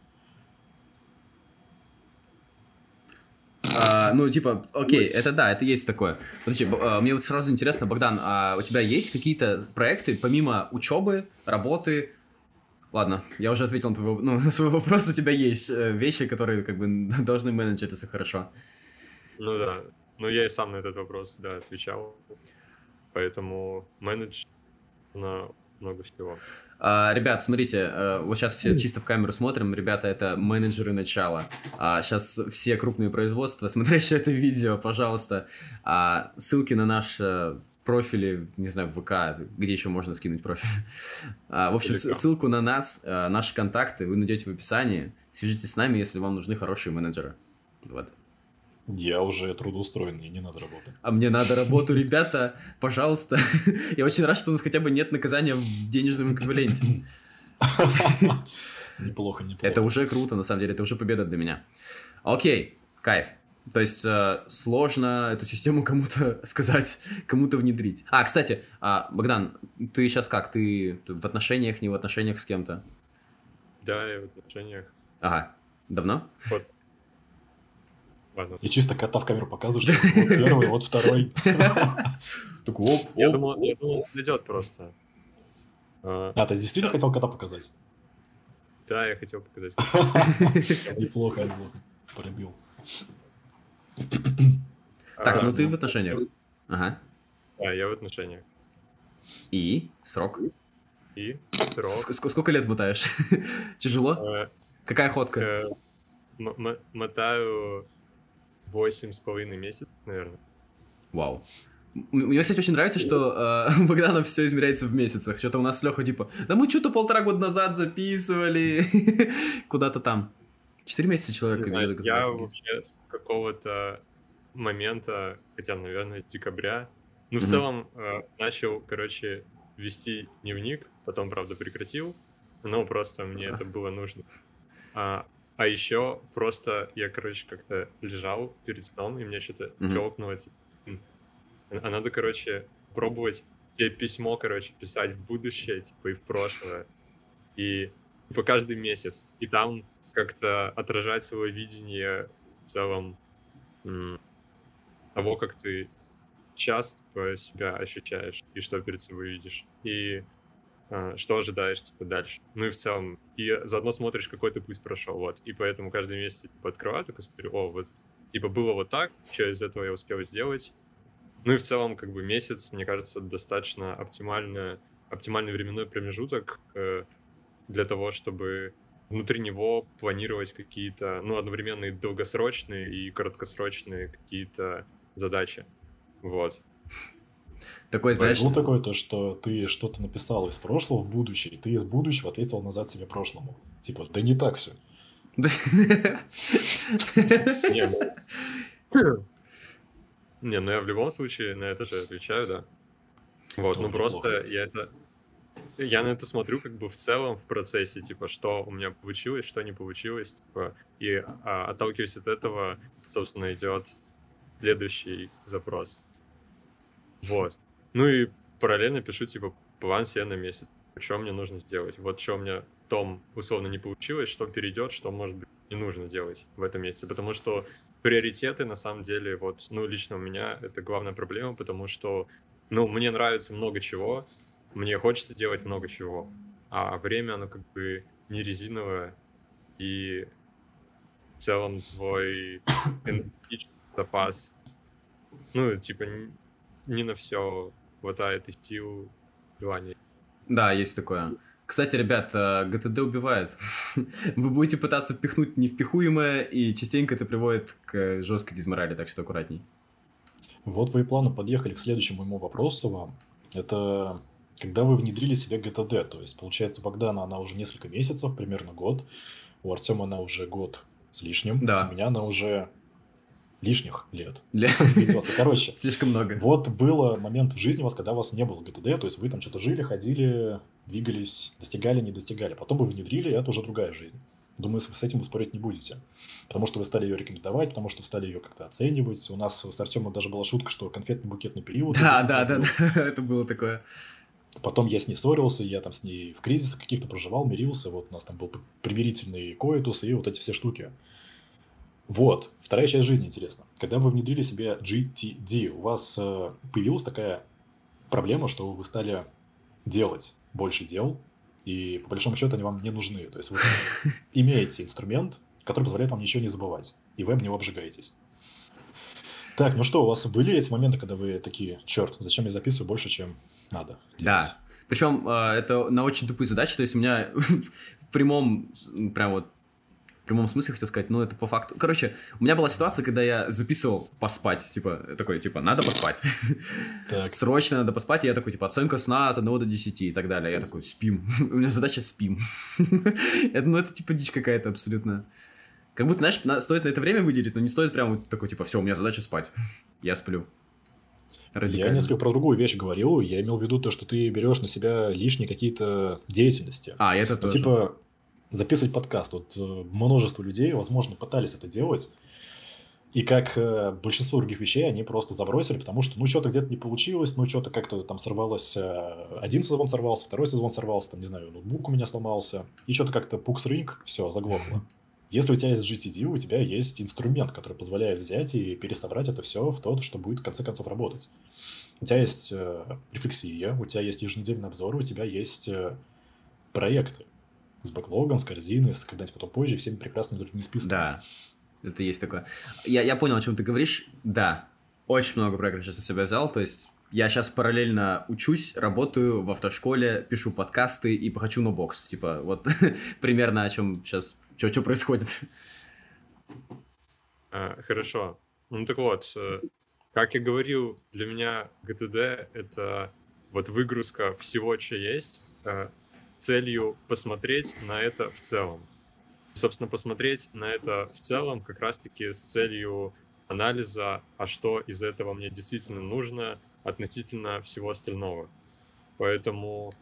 А, ну, типа, окей, это да, это есть такое. Подожди, б- а, мне вот сразу интересно, Богдан, а у тебя есть какие-то проекты, помимо учебы, работы? Ладно, я уже ответил на, твой, ну, на свой вопрос, у тебя есть э, вещи, которые как бы должны менеджериться хорошо. Ну да. Ну я и сам на этот вопрос, да, отвечал. Поэтому менедж на много всего. А, ребят, смотрите, э, вот сейчас все чисто в камеру смотрим, ребята, это менеджеры начала. А, сейчас все крупные производства, смотрящие это видео, пожалуйста, а, ссылки на наш э, профили, не знаю, в ВК, где еще можно скинуть профиль. А, в общем, с- Телеграм. ссылку на нас, э, наши контакты вы найдете в описании. Свяжитесь с нами, если вам нужны хорошие менеджеры. Вот. Я уже трудоустроен, мне не надо работать. А мне надо работу, ребята, пожалуйста. Я очень рад, что у нас хотя бы нет наказания в денежном эквиваленте. Неплохо, неплохо. Это уже круто, на самом деле, это уже победа для меня. Окей, кайф. То есть э, сложно эту систему кому-то сказать, кому-то внедрить. А, кстати, а, Богдан, ты сейчас как? Ты в отношениях, не в отношениях с кем-то? Да, я в отношениях. Ага. Давно? Вот. Ладно. И чисто кота в камеру показываешь, что вот первый, вот второй. Так, оп, Я оп. думал, я думал, зайдет просто. А, А, ты действительно хотел кота показать? да, я хотел показать. Неплохо, неплохо. Пробил. Так, А, ну ты в отношениях. Ага. Да, я в отношениях. И? Срок? И Ск- срок. ск- Сколько лет мотаешь? Тяжело? э, Какая ходка? э, м- м- Мотаю восемь с половиной месяцев, наверное. Вау. М- Мне, кстати, очень нравится, что э, у Богдана все измеряется в месяцах. Что-то у нас с Лехой типа, да мы что-то полтора года назад записывали. Куда-то там. Четыре месяца человек Не знаю, ведет я офигеть. вообще с какого-то момента, хотя, наверное, декабря, ну, в Мгм. целом, э, начал, короче, вести дневник, потом, правда, прекратил, но просто мне это было нужно. А, а еще просто я, короче, как-то лежал перед сном, и мне что-то Мгм. щелкнуло, типа, «М, а надо, короче, пробовать тебе письмо, короче, писать в будущее, типа, и в прошлое, и типа каждый месяц, и там как-то отражать свое видение в целом м, того, как ты сейчас типа, себя ощущаешь и что перед собой видишь, и а, что ожидаешь типа дальше. Ну и в целом, и заодно смотришь, какой ты путь прошел, вот. И поэтому каждый месяц типа, открываю, такой смотрю, о, вот, типа было вот так, что из этого я успел сделать. Ну и в целом, как бы месяц, мне кажется, достаточно оптимально, оптимальный временной промежуток э, для того, чтобы внутри него планировать какие-то, ну, одновременно и долгосрочные, и краткосрочные какие-то задачи. Вот. Такой, знаешь... Было такое, то, что ты что-то написал из прошлого в будущее, и ты из будущего ответил назад себе прошлому. Типа, да не так все. Не, ну, не, ну я в любом случае на это же отвечаю, да. Вот, ну Тоже просто неплохо. я это... Я на это смотрю как бы в целом в процессе, типа, что у меня получилось, что не получилось, типа, и а, отталкиваясь от этого, собственно, идет следующий запрос. Вот. Ну и параллельно пишу, типа, план себе на месяц. Что мне нужно сделать? Вот что у меня в том, условно, не получилось, что перейдет, что, может быть, не нужно делать в этом месяце. Потому что приоритеты, на самом деле, вот, ну, лично у меня это главная проблема, потому что, ну, мне нравится много чего, мне хочется делать много чего, а время, оно как бы не резиновое, и в целом твой энергетический запас, ну, типа, н- не на все хватает и сил, желания. Да, есть такое. Кстати, ребят, э, ГТД убивает. Вы будете пытаться впихнуть невпихуемое, и частенько это приводит к жесткой дизморали, так что аккуратней. Вот вы и плавно подъехали к следующему моему вопросу вам. Это когда вы внедрили себе ГТД. То есть, получается, у Богдана она уже несколько месяцев, примерно год. У Артема она уже год с лишним. Да. У меня она уже лишних лет. Для- Виделся. Короче, Слишком много. вот было момент в жизни у вас, когда у вас не было ГТД, то есть вы там что-то жили, ходили, двигались, достигали, не достигали. Потом вы внедрили, и это уже другая жизнь. Думаю, с с этим вы спорить не будете. Потому что вы стали ее рекомендовать, потому что вы стали ее как-то оценивать. У нас с Артемом даже была шутка, что конфетно-букетный период. Да, это да, такой да, был. да, это было такое. Потом я с ней ссорился, я там с ней в кризисах каких-то проживал, мирился. Вот у нас там был примирительный коитус и вот эти все штуки. Вот, вторая часть жизни интересна. Когда вы внедрили себе джи ти ди, у вас э, появилась такая проблема, что вы стали делать больше дел, и по большому счету они вам не нужны. То есть вы имеете инструмент, который позволяет вам ничего не забывать, и вы об него обжигаетесь. Так, ну что, у вас были эти моменты, когда вы такие, черт, зачем я записываю больше, чем надо делать? Да. Причем э, это на очень тупые задачи, то есть у меня в прямом, м, прям вот, в прямом смысле хотел сказать, ну это по факту. Короче, у меня была ситуация, когда я записывал поспать, типа, такой, типа, надо поспать. Так. Срочно надо поспать, и я такой, типа, оценка сна от одного до десяти и так далее. Я такой, спим. У меня задача спим. Это, ну, это, типа, дичь какая-то абсолютно. Как будто, знаешь, на, стоит на это время выделить, но не стоит прям вот такой, типа, все, у меня задача спать. Я сплю. Я несколько про другую вещь говорил. Я имел в виду то, что ты берешь на себя лишние какие-то деятельности. А, это Ну, тоже. типа, записывать подкаст. Вот э, множество людей, возможно, пытались это делать. И как э, большинство других вещей, они просто забросили, потому что, ну, что-то где-то не получилось, ну, что-то как-то там сорвалось, э, один сезон сорвался, второй сезон сорвался, там, не знаю, ноутбук у меня сломался, и что-то как-то пукс-рынок, все, заглохло. Если у тебя есть джи ти ди, у тебя есть инструмент, который позволяет взять и пересобрать это все в то, что будет в конце концов работать. У тебя есть э, рефлексия, у тебя есть еженедельный обзор, у тебя есть э, проекты с бэклогом, с корзиной, с когда-нибудь потом позже, всеми прекрасными другими списками. Да, это есть такое. Я, я понял, о чем ты говоришь. Да, очень много проектов сейчас на себя взял, то есть я сейчас параллельно учусь, работаю в автошколе, пишу подкасты и хочу на бокс. Типа, вот примерно о чем сейчас, что происходит. А, хорошо. Ну так вот, как я говорил, для меня джи ти ди — это вот выгрузка всего, что есть, целью посмотреть на это в целом. Собственно, посмотреть на это в целом как раз-таки с целью анализа, а что из этого мне действительно нужно относительно всего остального. Поэтому,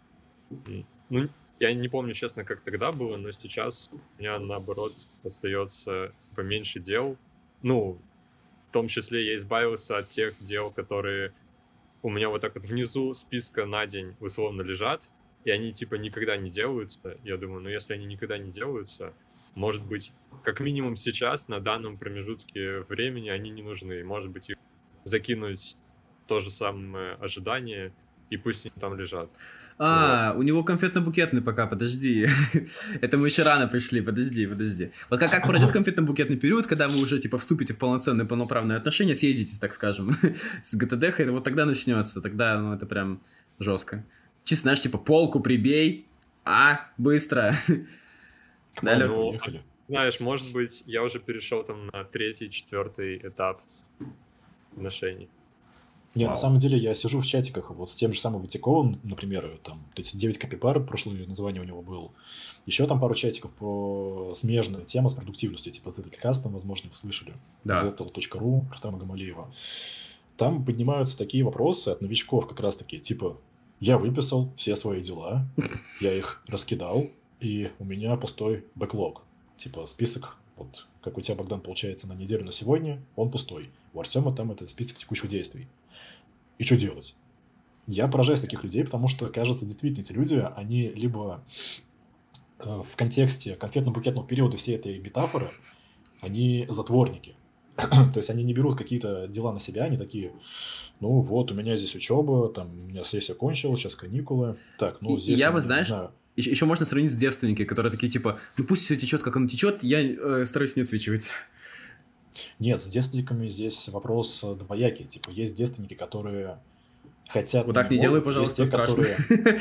ну, я не помню, честно, как тогда было, но сейчас у меня, наоборот, остается поменьше дел. Ну, в том числе я избавился от тех дел, которые у меня вот так вот внизу списка на день условно лежат, и они типа никогда не делаются. Я думаю, ну если они никогда не делаются, может быть, как минимум сейчас, на данном промежутке времени, они не нужны. Может быть, их закинуть то же самое ожидание, и пусть они там лежат. А, вот. У него конфетно-букетный пока, подожди. Это мы еще рано пришли, подожди, подожди. Вот как, как пройдет конфетно-букетный период, когда вы уже, типа, вступите в полноценные полноправные отношения, съедетесь, так скажем, с джи ти ди, вот тогда начнется, тогда, ну, это прям жестко. Чисто, знаешь, типа, полку прибей, а, быстро. Далее. Ну, знаешь, может быть, я уже перешел там на третий, четвертый этап отношений. Не, Вау. На самом деле я сижу в чатиках вот с тем же самым Витяковым, например, там эти девять капибар, прошлое название у него было. Еще там пару чатиков про смежную тему с продуктивностью, типа Zetlcast, возможно, вы слышали. Да. зетл точка ру, Рустама Гамалеева. Там поднимаются такие вопросы от новичков как раз-таки, типа, я выписал все свои дела, я их раскидал, и у меня пустой бэклог. Типа список, вот как у тебя, Богдан, получается на неделю на сегодня, он пустой. У Артема там это список текущих действий. И что делать? Я поражаюсь таких людей, потому что, кажется, действительно эти люди, они либо э, в контексте конфетно-букетного периода всей этой метафоры, они затворники. То есть они не берут какие-то дела на себя, они такие, ну вот, у меня здесь учеба, там у меня сессия кончилась, сейчас каникулы. Так, ну здесь... Я я бы, знаешь, знаю... еще, еще можно сравнить с девственниками, которые такие, типа, ну пусть все течет, как оно течет, я э, стараюсь не отсвечивать. Нет, с девственниками здесь вопрос двоякий. Типа, есть девственники, которые хотят... Вот так не, не делай, пожалуйста, те, страшно. Которые...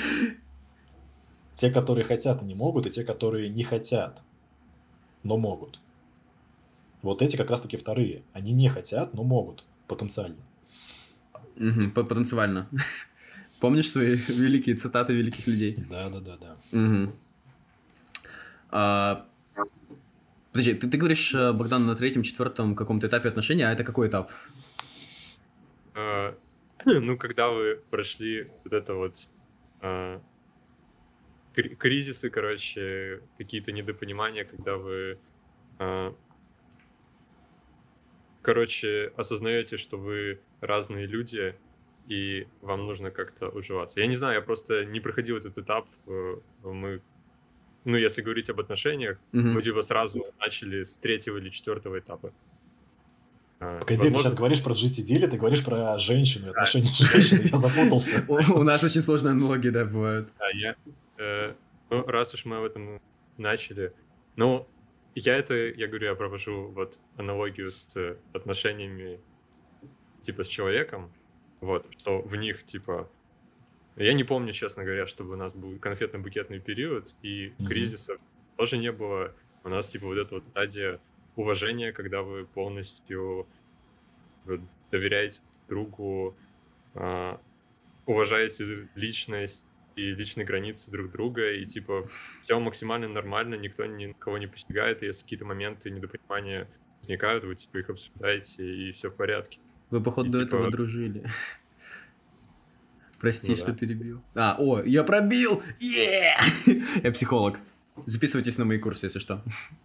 Те, которые хотят и не могут, и те, которые не хотят, но могут. Вот эти как раз-таки вторые. Они не хотят, но могут потенциально. Угу, потенциально. Помнишь свои великие цитаты великих людей? Да-да-да. Угу. А... Подожди, ты, ты говоришь, Богдан, на третьем, четвертом каком-то этапе отношений, а это какой этап? Uh, ну, когда вы прошли вот это вот uh, кризисы, короче, какие-то недопонимания, когда вы, uh, короче, осознаете, что вы разные люди, и вам нужно как-то уживаться. Я не знаю, я просто не проходил этот этап, мы... Ну, если говорить об отношениях, mm-hmm. мы типа сразу начали с третьего или четвертого этапа. Погоди, Возможно... ты сейчас говоришь про джи ти ди или ты говоришь про женщину, да. Отношения с женщиной? Я запутался. У нас очень сложные аналогии, да, бывают. Да, я... Ну, раз уж мы об этом начали... Ну, я это, я говорю, я провожу вот аналогию с отношениями типа с человеком, вот, что в них типа... Я не помню, честно говоря, чтобы у нас был конфетно-букетный период, и mm-hmm. кризисов тоже не было. У нас типа вот эта вот стадия уважения, когда вы полностью доверяете другу, уважаете личность и личные границы друг друга, и, типа, все максимально нормально, никто никого не постигает, и если какие-то моменты недопонимания возникают, вы, типа, их обсуждаете, и все в порядке. Вы, походу, И, до типа, этого дружили. Прости, Ну что да. перебил. А, о, я пробил! Е! Я психолог. Записывайтесь на мои курсы, если что.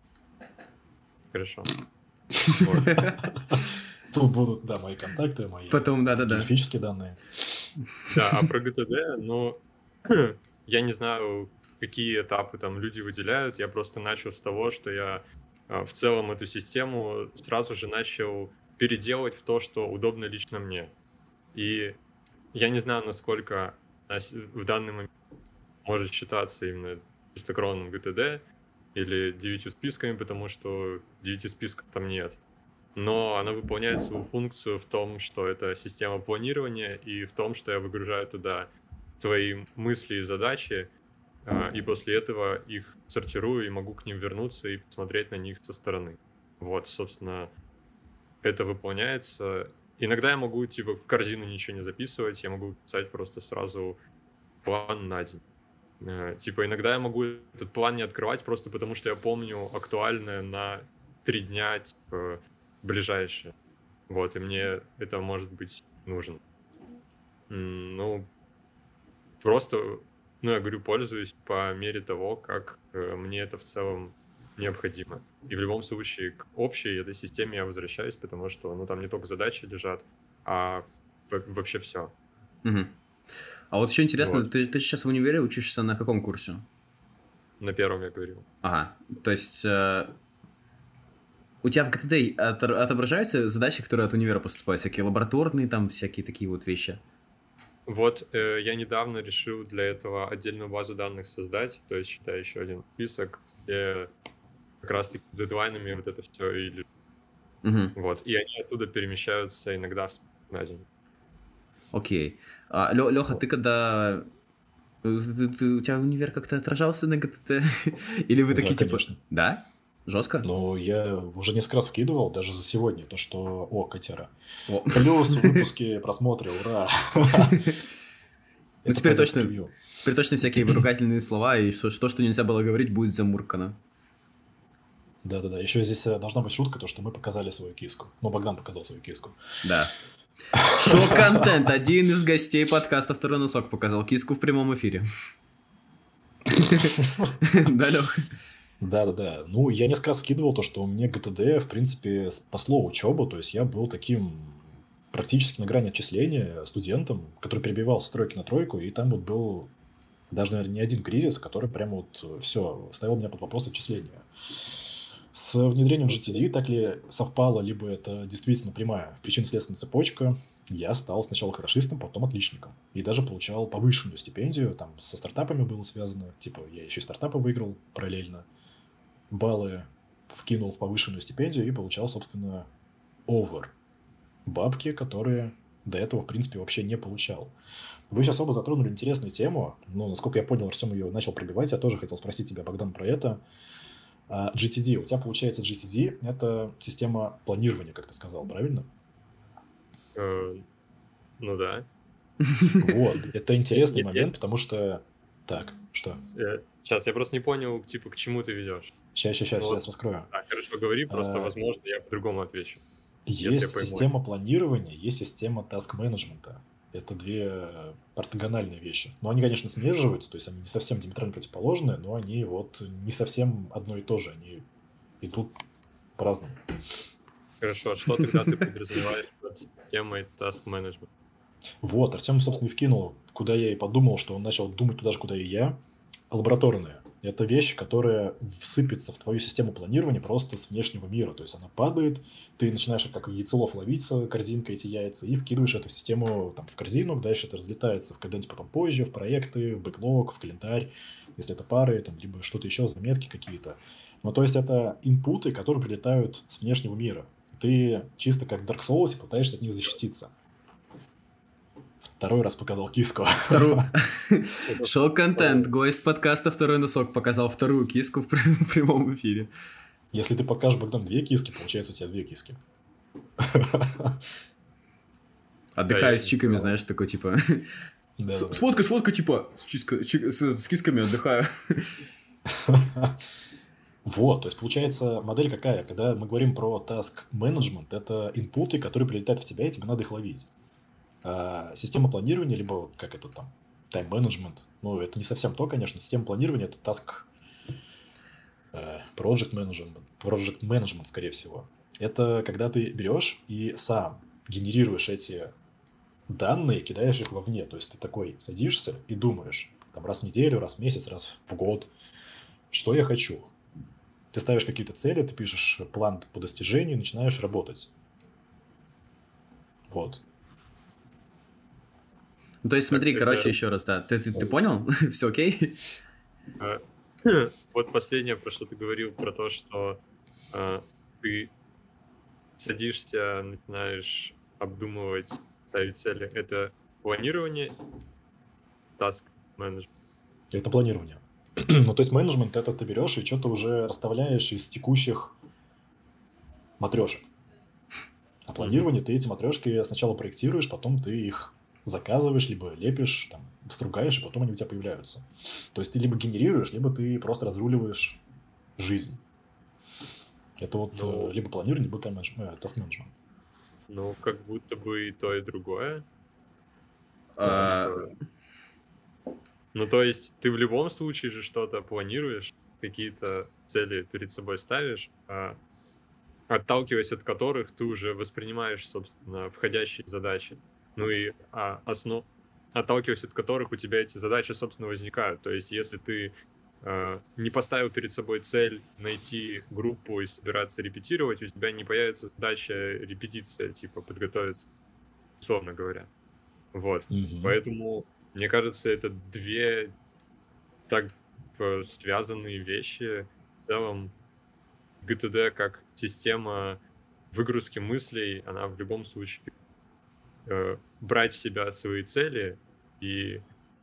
Хорошо. Вот. Тут будут, да, мои контакты, мои Потом, да-да-да. географические данные. Да, а про ГТД, ну, я не знаю, какие этапы там люди выделяют. Я просто начал с того, что я а, в целом эту систему сразу же начал переделывать в то, что удобно лично мне. И я не знаю, насколько она с- в данный момент может считаться именно чистокровным ГТД или девятью списками, потому что девяти списков там нет. Но она выполняет свою функцию в том, что это система планирования, и в том, что я выгружаю туда свои мысли и задачи, а, и после этого их сортирую и могу к ним вернуться и посмотреть на них со стороны. Вот, собственно, это выполняется. Иногда я могу, типа, в корзину ничего не записывать, я могу писать просто сразу план на день. Э, Типа, иногда я могу этот план не открывать, просто потому что я помню актуальное на три дня, типа, ближайшее. Вот, и мне это может быть нужно. М, Ну, просто, ну, я говорю, пользуюсь по мере того, как э, мне это в целом необходимо. И в любом случае к общей этой системе я возвращаюсь, потому что, ну, там не только задачи лежат, а в- вообще все. Мгм. А вот еще интересно, Вот. ты, ты сейчас в универе учишься на каком курсе? На первом я говорил. Ага, то есть э, у тебя в ГТД отор- отображаются задачи, которые от универа поступают, всякие лабораторные, там всякие такие вот вещи? Вот э, я недавно решил для этого отдельную базу данных создать, то есть, считай, еще один список, где как раз-таки с дедлайнами вот это все и лежит. Угу. Вот. И они оттуда перемещаются иногда в список на день. Окей. А, Лё- Лёха, Вот. ты когда... э, ты- ты- у тебя универ как-то отражался на ГТД? Или вы Да, такие, типа... конечно. Да? Жестко? Но я уже несколько раз вкидывал, даже за сегодня, то, что... О, котяра. О. Плюс в выпуске просмотры, ура! Ну, Это теперь пойдет в точно, превью. теперь точно всякие ругательные слова, и что, что, что нельзя было говорить, будет замуркано. Да-да-да. Еще здесь э, должна быть шутка, то, что мы показали свою киску. Ну, Богдан показал свою киску. Да. Шок-контент. Один из гостей подкаста «Второй носок» показал киску в прямом эфире. Да, Лёх? Да-да-да. Ну, я несколько раз вкидывал то, что мне ГТД, в принципе, спасло учебу. То есть я был таким практически на грани отчисления студентом, который перебивался с тройки на тройку, и там вот был даже, наверное, не один кризис, который прям вот все ставил меня под вопрос отчисления. С внедрением джи ти ди так ли совпало, либо это действительно прямая причинно-следственная цепочка, я стал сначала хорошистом, потом отличником. И даже получал повышенную стипендию, там со стартапами было связано, типа я еще и стартапы выиграл параллельно, баллы вкинул в повышенную стипендию и получал, собственно, овер. Бабки, которые до этого, в принципе, вообще не получал. Вы сейчас оба затронули интересную тему, но, насколько я понял, Артем ее начал пробивать, я тоже хотел спросить тебя, Богдан, про это. А, джи ти ди, у тебя получается джи ти ди – это система планирования, как ты сказал, правильно? Э, Ну да. Вот, это интересный Нет, момент, потому что… Так, что? Сейчас, я просто не понял, типа, к чему ты ведешь. Сейчас, сейчас, Вот. сейчас раскрою. А, хорошо, говори, просто, А, возможно, я по-другому отвечу. Если я Есть пойму. система планирования, есть система таск-менеджмента. Это две ортогональные вещи. Но они, конечно, смеживаются, то есть они не совсем диаметрально противоположные, но они вот не совсем одно и то же. Они идут по-разному. Хорошо, а что тогда ты подразумеваешь под системой task management? Вот, Артем, собственно, и вкинул, куда я и подумал, что он начал думать туда же, куда и я. Лабораторные. Это вещь, которая всыпется в твою систему планирования просто с внешнего мира. То есть она падает, ты начинаешь как яйцелов ловить корзинкой эти яйца и вкидываешь эту систему там, в корзину, дальше это разлетается в куда-нибудь потом позже, в проекты, в бэклог, в календарь, если это пары, там, либо что-то еще, заметки какие-то. Ну, то есть это инпуты, которые прилетают с внешнего мира. Ты чисто как в Dark Souls пытаешься от них защититься. Второй раз показал киску. Вторую. Шок-контент. Гость подкаста «Второй носок» показал вторую киску в пр- в прямом эфире. Если ты покажешь, Богдан, две киски, получается у тебя две киски. Отдыхаю я с не чиками, знал. знаешь, такой типа... Да, С- да, да. Сфоткай, сфоткай, типа, с, чиска- чи- с, с кисками отдыхаю. Вот, то есть получается модель какая? Когда мы говорим про task management, это инпуты, которые прилетают в тебя, и тебе надо их ловить. А система планирования, либо как это там, time management, ну, это не совсем то, конечно. Система планирования – это task э, project management, project management, скорее всего. Это когда ты берешь и сам генерируешь эти данные, кидаешь их вовне. То есть ты такой садишься и думаешь, там, раз в неделю, раз в месяц, раз в год, что я хочу. Ты ставишь какие-то цели, ты пишешь план по достижению и начинаешь работать. Вот. Ну, то есть, смотри, Это- короче, еще раз, да. Ты, ты, ты понял? Все окей? А, Вот последнее, про что ты говорил, про то, что а, ты садишься, начинаешь обдумывать, ставить цели. Это планирование, task management. Это планирование. Ну, то есть менеджмент – это ты берешь и что-то уже расставляешь из текущих матрешек. А планирование ты эти матрешки сначала проектируешь, потом ты их заказываешь, либо лепишь, там, стругаешь, и потом они у тебя появляются. То есть ты либо генерируешь, либо ты просто разруливаешь жизнь. Это вот Ну. э, либо планирование, либо time manage- э, task management. Ну, как будто бы и то, и другое. А, Ну, то есть ты в любом случае же что-то планируешь, какие-то цели перед собой ставишь, а, отталкиваясь от которых ты уже воспринимаешь, собственно, входящие задачи. Ну и а, основ... отталкиваясь от которых у тебя эти задачи, собственно, возникают. То есть если ты а, не поставил перед собой цель найти группу и собираться репетировать, у тебя не появится задача репетиция, типа подготовиться, условно говоря. Вот. Мгм. Поэтому, мне кажется, это две так э, связанные вещи. В целом, джи ти ди как система выгрузки мыслей, она в любом случае э, брать в себя свои цели и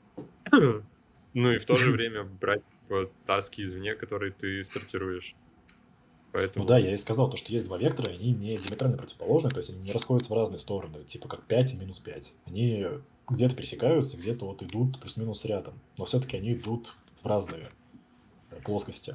ну и в то же время брать э, таски извне, которые ты сортируешь. Поэтому Ну да, я и сказал, то, что есть два вектора, и они не диаметрально противоположны, то есть они не расходятся в разные стороны, типа как пять и минус пять. Они где-то пересекаются, где-то вот идут плюс-минус рядом, но все-таки они идут в разные э, плоскости.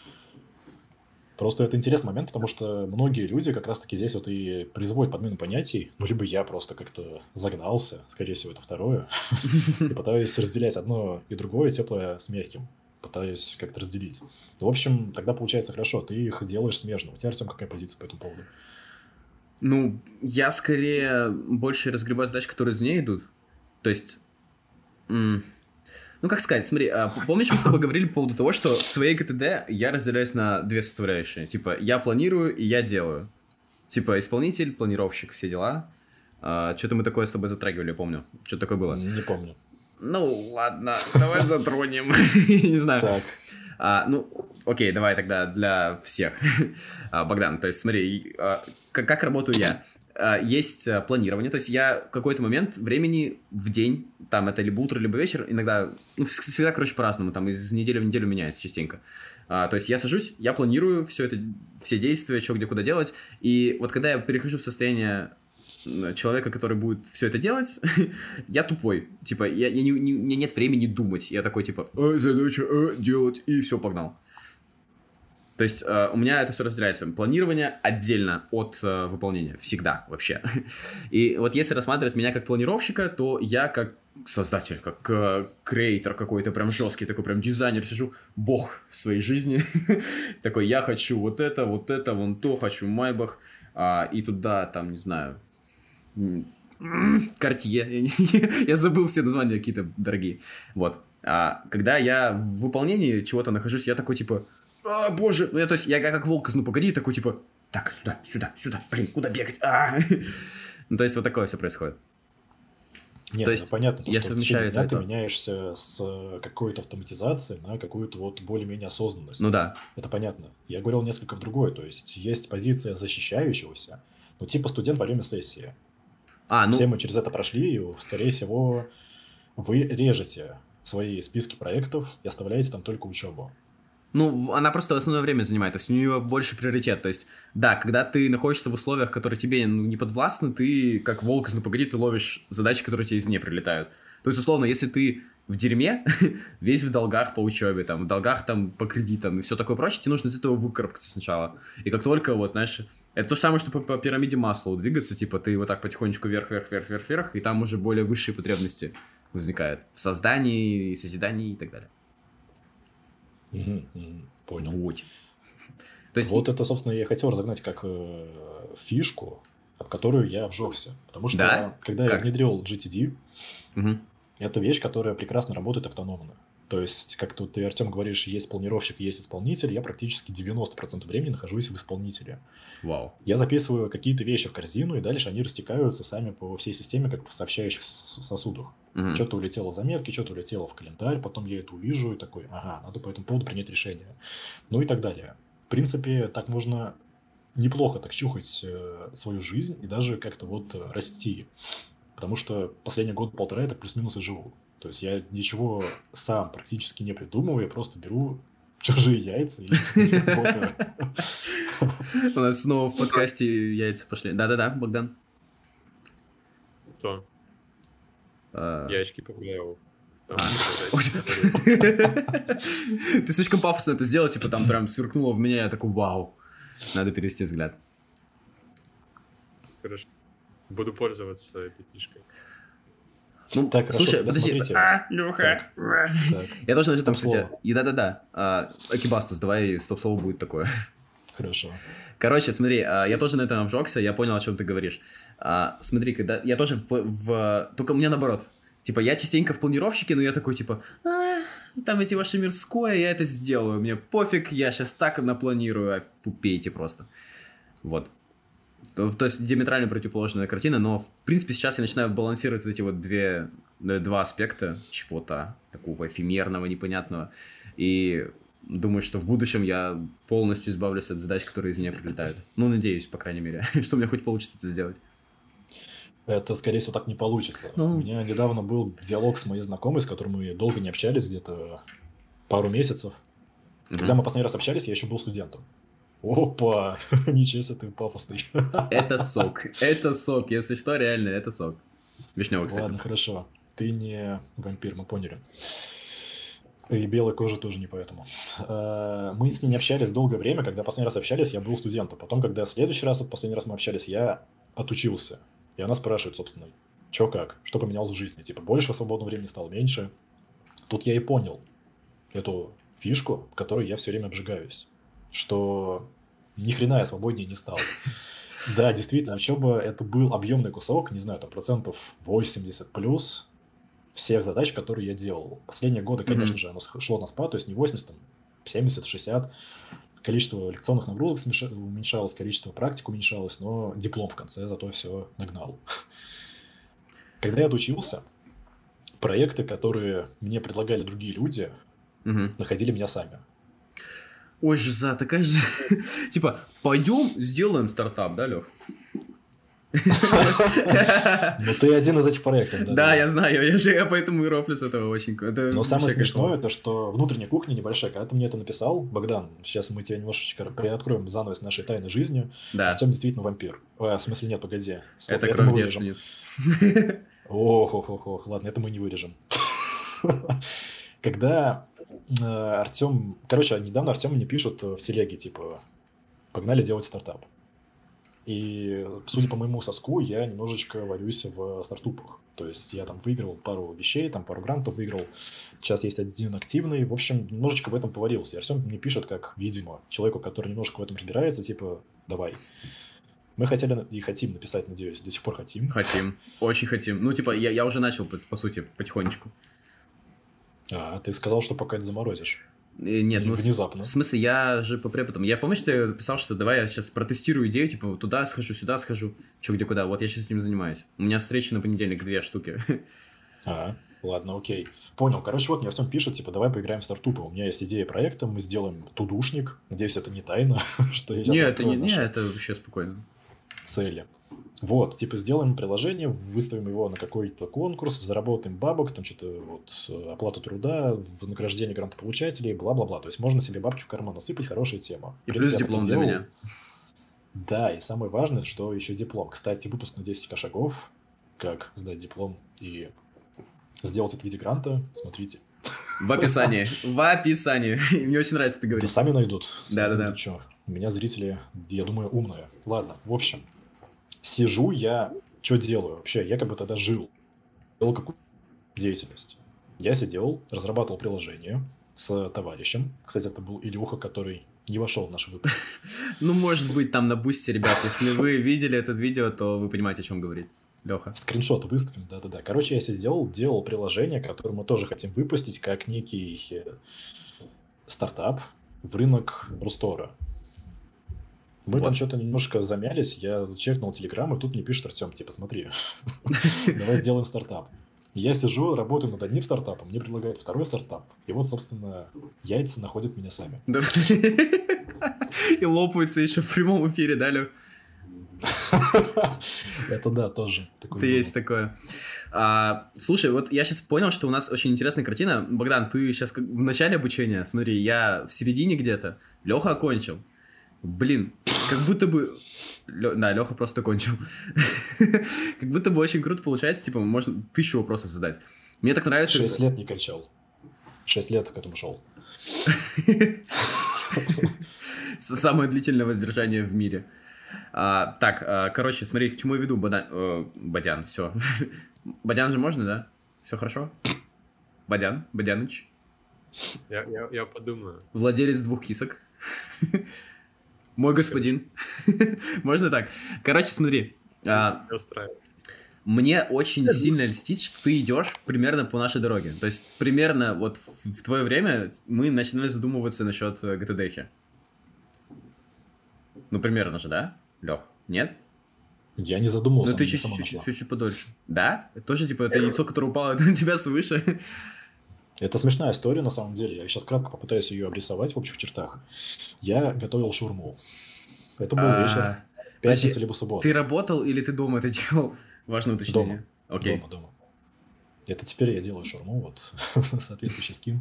Просто это интересный момент, потому что многие люди как раз-таки здесь вот и производят подмену понятий, ну, либо я просто как-то загнался, скорее всего, это второе, и пытаюсь разделять одно и другое, теплое с мягким. Пытаюсь как-то разделить. В общем, тогда получается хорошо, ты их делаешь смежно. У тебя, Артем, какая позиция по этому поводу? Ну, я скорее больше разгребаю задачи, которые из нее идут. То есть, м, ну, как сказать, смотри, а, п- помнишь, мы с тобой говорили по поводу того, что в своей джи ти ди я разделяюсь на две составляющие. Типа, я планирую и я делаю. Типа, исполнитель, планировщик, все дела. А, что-то мы такое с тобой затрагивали, я помню. Что такое было? Не помню. Ну, ладно, давай затронем. Не знаю. Так, А, ну, окей, давай тогда для всех. А, Богдан, то есть смотри, а, как, как работаю я? А, есть а, планирование, то есть я в какой-то момент времени в день, там это либо утро, либо вечер, иногда, ну, вс- всегда, короче, по-разному, там из недели в неделю меняется частенько. А, то есть я сажусь, я планирую все это, все действия, что, где, куда делать, и вот когда я перехожу в состояние м, человека, который будет все это делать, я тупой. Типа, я, я не, не- у меня нет времени думать. Я такой, типа, «Э, задача, э, делать, и все, погнал. То есть э, у меня это все разделяется. Планирование отдельно от э, выполнения. Всегда вообще. И вот если рассматривать меня как планировщика, то я как создатель, как э, креатор какой-то прям жесткий, такой прям дизайнер, сижу, бог в своей жизни. Такой, я хочу вот это, вот это, вон то, хочу Майбах. а, И туда, там, не знаю, м, м, Картье. Я не- Я забыл все названия какие-то дорогие. Вот. А когда я в выполнении чего-то нахожусь, я такой, типа, а, боже, ну я, то есть, я как волк из «Ну, погоди», такой, типа, так, сюда, сюда, сюда, блин, куда бегать? А! Ну, то есть, вот такое все происходит. нет, То это есть понятно, то, я что в совмещаю течение это дня и ты то. меняешься с э, какой-то автоматизацией на какую-то вот более-менее осознанность. Ну да. Это понятно. Я говорил несколько в другое, то есть есть позиция защищающегося, ну, типа студент во время сессии. А, Все ну, мы через это прошли, и, скорее всего, вы режете свои списки проектов и оставляете там только учебу. Ну, она просто основное время занимает, то есть у нее больше приоритет. То есть, да, когда ты находишься в условиях, которые тебе ну, не подвластны, ты, как волк из «Ну погоди», ты ловишь задачи, которые тебе извне прилетают. То есть, условно, если ты в дерьме, весь в долгах по учебе, там, в долгах там по кредитам и все такое прочее, тебе нужно из этого выкарабкаться сначала. И как только, вот, знаешь, это то же самое, что по, по пирамиде Маслоу двигаться, типа, ты вот так потихонечку вверх, вверх, вверх, вверх, вверх, и там уже более высшие потребности возникают в создании, созидании и так далее. Угу, угу, понял. Вот. То есть... Вот это, собственно, я хотел разогнать как э, фишку, об которую я обжегся. Потому что, да? когда как? я внедрил джи ти ди, угу. это вещь, которая прекрасно работает автономно. То есть, как тут ты, Артем, говоришь, есть планировщик, есть исполнитель, я практически девяносто процентов времени нахожусь в исполнителе. Вау. Я записываю какие-то вещи в корзину, и дальше они растекаются сами по всей системе, как в сообщающих сосудах. Угу. Что-то улетело в заметки, что-то улетело в календарь, потом я это увижу и такой, ага, надо по этому поводу принять решение. Ну и так далее. В принципе, так можно неплохо так чухать э, свою жизнь и даже как-то вот э, расти. Потому что последний год-полтора это плюс-минус и живу. То есть я ничего сам практически не придумываю, я просто беру чужие яйца и с ними работаю. У нас снова в подкасте яйца пошли. Да-да-да, Богдан. Кто? А... Яички погулял. Ты слишком пафосно это сделал, типа там прям сверкнуло в меня, я такой, вау. Надо перевести взгляд. Хорошо. Буду пользоваться этой фишкой. Ну, так, слушай, хорошо, подожди. А, Люха. Я тоже начал там, кстати. И да-да-да. Акибастус, давай стоп-слово будет такое. Хорошо. Короче, смотри, я тоже на этом обжегся, я понял, о чем ты говоришь. Смотри, когда я тоже в, в... Только у меня наоборот. Типа, я частенько в планировщике, но я такой, типа, а, там эти ваши мирское, я это сделаю. Мне пофиг, я сейчас так напланирую, а пупейте просто. Вот. То, то есть, диаметрально противоположная картина, но, в принципе, сейчас я начинаю балансировать эти вот две, два аспекта чего-то такого эфемерного, непонятного. И думаю, что в будущем я полностью избавлюсь от задач, которые из меня прилетают. Ну, надеюсь, по крайней мере, что у меня хоть получится это сделать. Это, скорее всего, так не получится. Ну... У меня недавно был диалог с моей знакомой, с которой мы долго не общались, где-то пару месяцев. Mm-hmm. Когда мы последний раз общались, я еще был студентом. Опа! Ничего себе ты пафосный. Это сок. Это сок. Если что, реально, это сок. Вишневый, кстати. Ладно, хорошо. Ты не вампир, мы поняли. И белая кожа тоже не поэтому. Мы с ней не общались долгое время. Когда последний раз общались, я был студентом. Потом, когда в следующий раз, вот последний раз мы общались, я отучился. И она спрашивает, собственно, что как, что поменялось в жизни. Типа, больше свободного времени стало, меньше. Тут я и понял эту фишку, в которой я все время обжигаюсь. Что ни хрена я свободнее не стал. Да, действительно, учеба это был объемный кусок, не знаю, там процентов восемьдесят плюс всех задач, которые я делал. Последние годы, конечно же, оно шло на спад, то есть не восемьдесят, там семьдесят, шестьдесят. Количество лекционных нагрузок уменьшалось, количество практик уменьшалось, но диплом в конце зато все нагнал. Когда я отучился, проекты, которые мне предлагали другие люди, угу. находили меня сами. Ой, жиза, такая же... Типа, пойдем сделаем стартап, да, Лех? Ну, ты один из этих проектов. Да, да, я знаю, я же я поэтому и рофлю с этого очень... Это но самое смешное, то, что внутренняя кухня небольшая. Когда ты мне это написал, Богдан, сейчас мы тебе немножечко приоткроем занавес нашей тайной жизни. Да. Артем действительно вампир. А, в смысле, нет, погоди. Стоп, это кровь девственниц. Ох, ох, ох, ох, ладно, это мы не вырежем. Когда э, Артем... Короче, недавно Артем мне пишет в телеге, типа, погнали делать стартап. И, судя по моему соску, я немножечко варюсь в стартапах. То есть, я там выиграл пару вещей, там пару грантов выиграл. Сейчас есть один активный. В общем, немножечко в этом поварился. И Артем мне пишет, как, видимо, человеку, который немножко в этом разбирается, типа, давай. Мы хотели и хотим написать, надеюсь, до сих пор хотим. Хотим, очень хотим. Ну, типа, я, я уже начал, по, по сути, потихонечку. А, ты сказал, что пока это заморозишь. Нет, Или ну, внезапно. В смысле, я же по преподам. Я помню, что я писал, что давай я сейчас протестирую идею, типа, туда схожу, сюда схожу, что где куда. Вот я сейчас этим занимаюсь. У меня встречи на понедельник, две штуки. А, ладно, окей. Понял. Короче, вот мне Артем пишет, типа, давай поиграем в стартапы. У меня есть идея проекта, мы сделаем тудушник. Надеюсь, это не тайна, что я сейчас Нет, это не, не, это вообще спокойно. Цели. Вот, типа, сделаем приложение, выставим его на какой-то конкурс, заработаем бабок, там что-то вот, оплату труда, вознаграждение грантополучателей, бла-бла-бла. То есть можно себе бабки в карман насыпать, хорошая тема. И плюс диплом для меня. Да, и самое важное, что еще диплом. Кстати, выпуск на десять ка шагов, как сдать диплом и сделать это в виде гранта, смотрите. В описании. В описании. Мне очень нравится, ты говоришь. Да сами найдут. Да-да-да. У меня зрители, я думаю, умные. Ладно, в общем. Сижу я, что делаю? Вообще, я как бы тогда жил. Делал какую-то деятельность. Я сидел, разрабатывал приложение с товарищем. Кстати, это был Илюха, который не вошел в наш выпуск. Ну, может быть, там на бусте, ребят. Если вы видели это видео, то вы понимаете, о чем говорить. Леха. Скриншот выставим, да-да-да. Короче, я сидел, делал приложение, которое мы тоже хотим выпустить, как некий стартап в рынок Рустора. Мы вот. Там что-то немножко замялись, я зачекнул Телеграм, и тут мне пишет Артем, типа, смотри, давай сделаем стартап. Я сижу, работаю над одним стартапом, мне предлагают второй стартап, и вот, собственно, яйца находят меня сами. И лопаются еще в прямом эфире, да, Лех? Это да, тоже. Это есть такое. А, слушай, вот я сейчас понял, что у нас очень интересная картина. Богдан, ты сейчас как в начале обучения, смотри, я в середине где-то, Леха окончил. Блин, как будто бы... Лё... Да, Леха просто кончил. Как будто бы очень круто получается, типа, можно тысячу вопросов задать. Мне так нравится... Шесть лет не кончал. Шесть лет к этому шел. Самое длительное воздержание в мире. А, так, а, короче, смотри, к чему я веду, Бада... э, Бадян, все. Бадян же можно, да? Все хорошо? Бадян, Бадяныч. Я, я, я подумаю. Владелец двух кисок. Мой господин. Можно так? Короче, смотри. А, мне очень сильно льстит, что ты идешь примерно по нашей дороге. То есть, примерно вот в, в твое время мы начинали задумываться насчет джи ти ди. Ну, примерно же, да, Лех? Нет? Я не задумывался. Ну, ты чуть-чуть, чуть-чуть подольше. Да? Это тоже, типа, это яйцо, которое упало на тебя свыше. Это смешная история, на самом деле. Я сейчас кратко попытаюсь ее обрисовать в общих чертах. Я готовил шаурму. Это был вечер. Пятница либо суббота. Ты работал или ты дома это делал? Важное уточнение. Дома. Окей. Дома, дома. Это теперь я делаю шаурму, вот, соответствующий скин.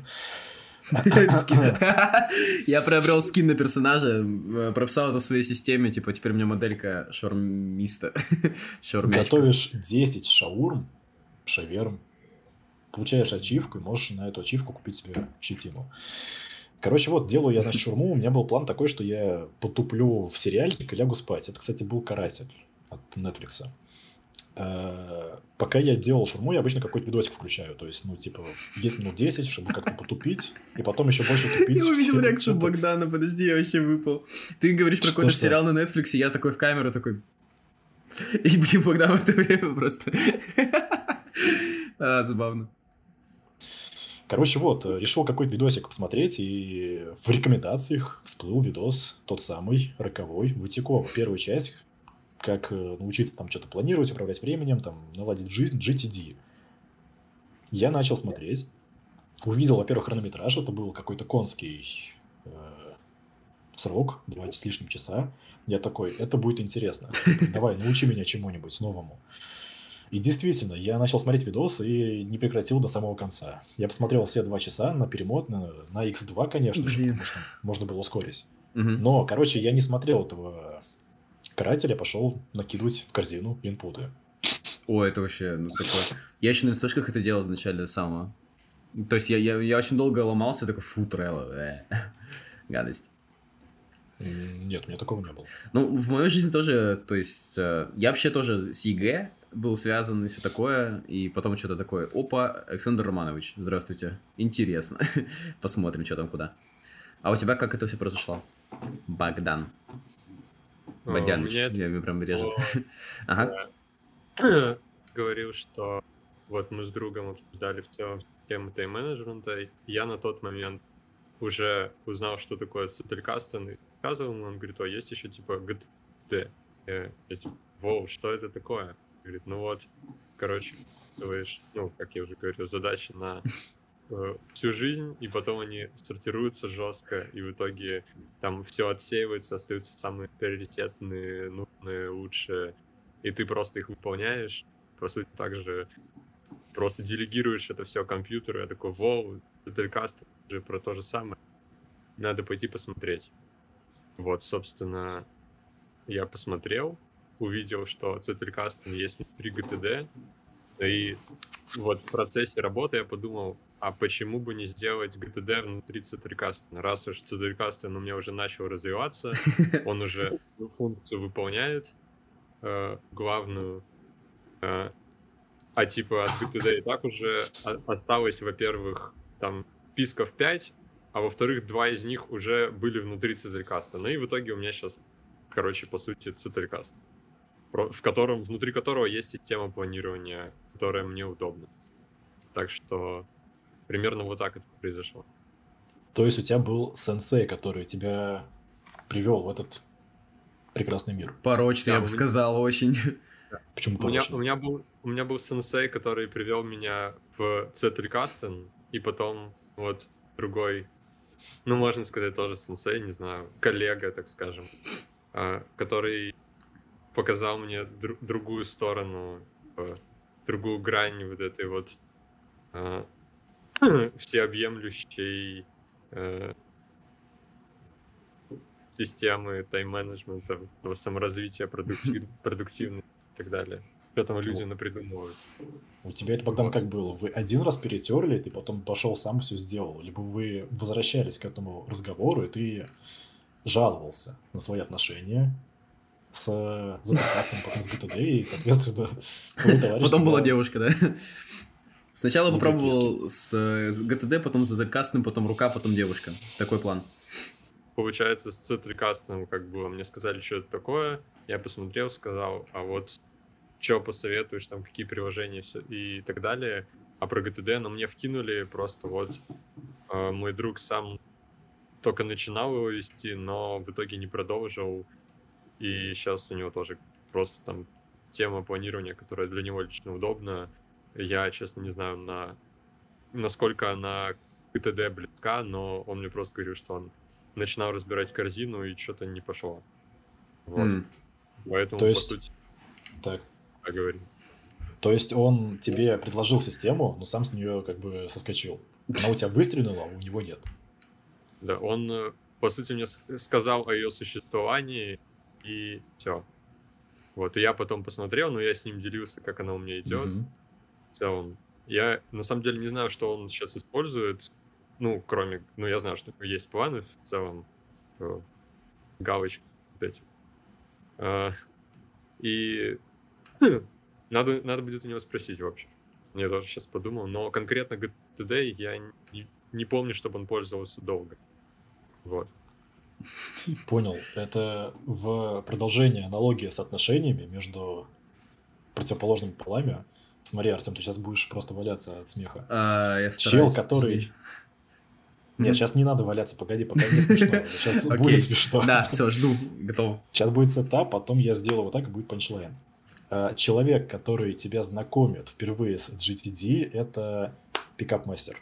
Я приобрел скин на персонажа, прописал это в своей системе, типа, теперь у меня моделька шаурмиста. Готовишь десять шаурм, шаверм, получаешь ачивку и можешь на эту ачивку купить себе щетину. Короче, вот, делаю я на шаурму, у меня был план такой, что я потуплю в сериальник и лягу спать. Это, кстати, был «Каратель» от Netflix. Пока я делал шаурму, я обычно какой-то видосик включаю. То есть, ну, типа, есть минут десять, чтобы как-то потупить, и потом еще больше тупить. Я увидел реакцию Богдана, подожди, я вообще выпал. Ты говоришь про какой-то сериал на Netflix, и я такой в камеру такой... И Богдан в это время просто... А, забавно. Короче, вот, решил какой-то видосик посмотреть, и в рекомендациях всплыл видос, тот самый, роковой, Ватякова. Первая часть, как научиться там что-то планировать, управлять временем, там, наладить жизнь, джи ти ди. Я начал смотреть, увидел, во-первых, хронометраж, это был какой-то конский э, срок, два с лишним часа. Я такой, это будет интересно. Давай, научи меня чему-нибудь новому. И действительно, я начал смотреть видос и не прекратил до самого конца. Я посмотрел все два часа на перемот, на, на икс два, конечно же, потому что можно было ускорить. Угу. Но, короче, я не смотрел этого карателя, пошел накидывать в корзину инпуты. О, это вообще, ну, такое... Я еще на листочках это делал в начале самого. То есть я, я, я очень долго ломался, такой, фу, Trello, э. гадость. Нет, у меня такого не было. Ну, в моей жизни тоже, то есть, э, я вообще тоже с ЕГЭ был связан и все такое, и потом что-то такое, опа, Александр Романович, здравствуйте, интересно, посмотрим, что там куда. А у тебя как это все произошло? Богдан. Бадяныч, я меня прям режет. Ага. Говорил, что вот мы с другом обсуждали все тему тайм-менеджмента, я на тот момент уже узнал, что такое Сателькаст, и сказал ему, он говорит, о, есть еще типа джи ти ди. Я, я типа, воу, что это такое? Говорит, ну вот, короче, делаешь, ну, как я уже говорил, задачи на э, всю жизнь, и потом они сортируются жестко, и в итоге там все отсеивается, остаются самые приоритетные, нужные, лучшие. и ты просто их выполняешь, по сути, также просто делегируешь это все компьютеру, я такой, воу, Zettelkasten же про то же самое, надо пойти посмотреть. Вот, собственно, я посмотрел, увидел, что Zettelkasten есть внутри джи ти ди, и вот в процессе работы я подумал, а почему бы не сделать джи ти ди внутри Zettelkasten? Раз уж Zettelkasten у меня уже начал развиваться, он уже функцию выполняет, э, главную, э, а типа от джи ти ди и так уже осталось, во-первых, там списков пять, а во-вторых, два из них уже были внутри Zettelkasten. Ну и в итоге у меня сейчас, короче, по сути, Zettelkasten, в котором, внутри которого есть система планирования, которая мне удобна. Так что примерно вот так это произошло. То есть у тебя был сенсей, который тебя привел в этот прекрасный мир. Порочный, Да, я у бы меня- сказал, очень. Почему У меня, порочный? у, меня был, у меня был сенсей, который привел меня в Zettelkasten, и потом вот другой, ну, можно сказать, тоже сенсей, не знаю, коллега, так скажем, а, который показал мне дру- другую сторону, э, другую грань вот этой вот а, всеобъемлющей э, системы тайм-менеджмента, этого саморазвития, продуктив- продуктивности и так далее. Поэтому люди Ну. напридумывают. У тебя это, Богдан, Вот. как было? Вы один раз перетерли, ты потом пошел сам все сделал? Либо вы возвращались к этому разговору, и ты жаловался на свои отношения с Zettelkasten, потом с джи ти ди, и, соответственно, твой товарищ Потом тебя- была девушка, да? Сначала Ну, попробовал с, э, с джи ти ди, потом с Zettelkasten, потом рука, потом девушка. Такой план. Получается, с Zettelkasten как бы мне сказали, что это такое. Я посмотрел, сказал, а вот что посоветуешь, там, какие приложения всё- и так далее. А про джи ти ди, ну, мне вкинули просто вот э, мой друг сам только начинал его вести, но в итоге не продолжил. И сейчас у него тоже просто там тема планирования, которая для него лично удобна. Я, честно, не знаю, на... насколько она джи ти ди близка, но он мне просто говорил, что он начинал разбирать корзину, и что-то не пошло. Вот. М. Поэтому, То по есть- сути, Так. так говорю. То есть он тебе предложил систему, но сам с нее как бы соскочил. Она у тебя выстрелила, а у него нет. Да, он, э, по сути, мне с- сказал о ее существовании, и все. Вот, и я потом посмотрел, но я с ним делился, как она у меня идет. Мгм. В целом. Я, на самом деле, не знаю, что он сейчас использует. Ну, кроме... Ну, я знаю, что есть планы в целом. э, Галочки вот эти. А, И надо, надо будет у него спросить вообще. Я тоже сейчас подумал. Но конкретно джи ти ди я не, не помню, чтобы он пользовался долго. Вот. Понял. Это в продолжение аналогия с отношениями между противоположными полами. Смотри, Артем, ты сейчас будешь просто валяться от смеха. А, я Чел, стараюсь. который... Подожди. Нет, Мгм. сейчас не надо валяться, погоди, пока не смешно. Сейчас Окей. будет смешно. Да, все, жду, готов. Сейчас будет сетап, потом я сделаю вот так, и будет панчлайн. А, Человек, который тебя знакомит впервые с джи ти ди, это пикап-мастер.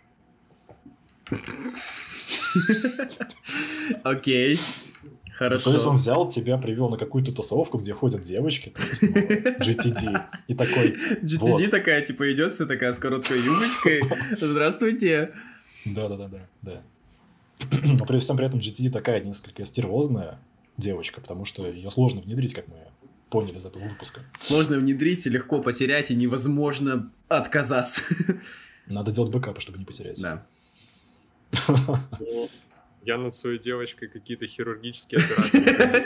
Окей. Ну, то есть он Хорошо. взял тебя, привел на какую-то тусовку, где ходят девочки, то есть ну, джи ти ди, и такой, джи ти ди вот. такая, типа, идет вся такая с короткой юбочкой. Здравствуйте. Да-да-да-да, да. Но при всем при этом джи ти ди такая несколько стервозная девочка, потому что ее сложно внедрить, как мы поняли из этого выпуска. Сложно внедрить, легко потерять и невозможно отказаться. Надо делать бэкапы, чтобы не потерять. Да. Ну, я над своей девочкой какие-то хирургические операции.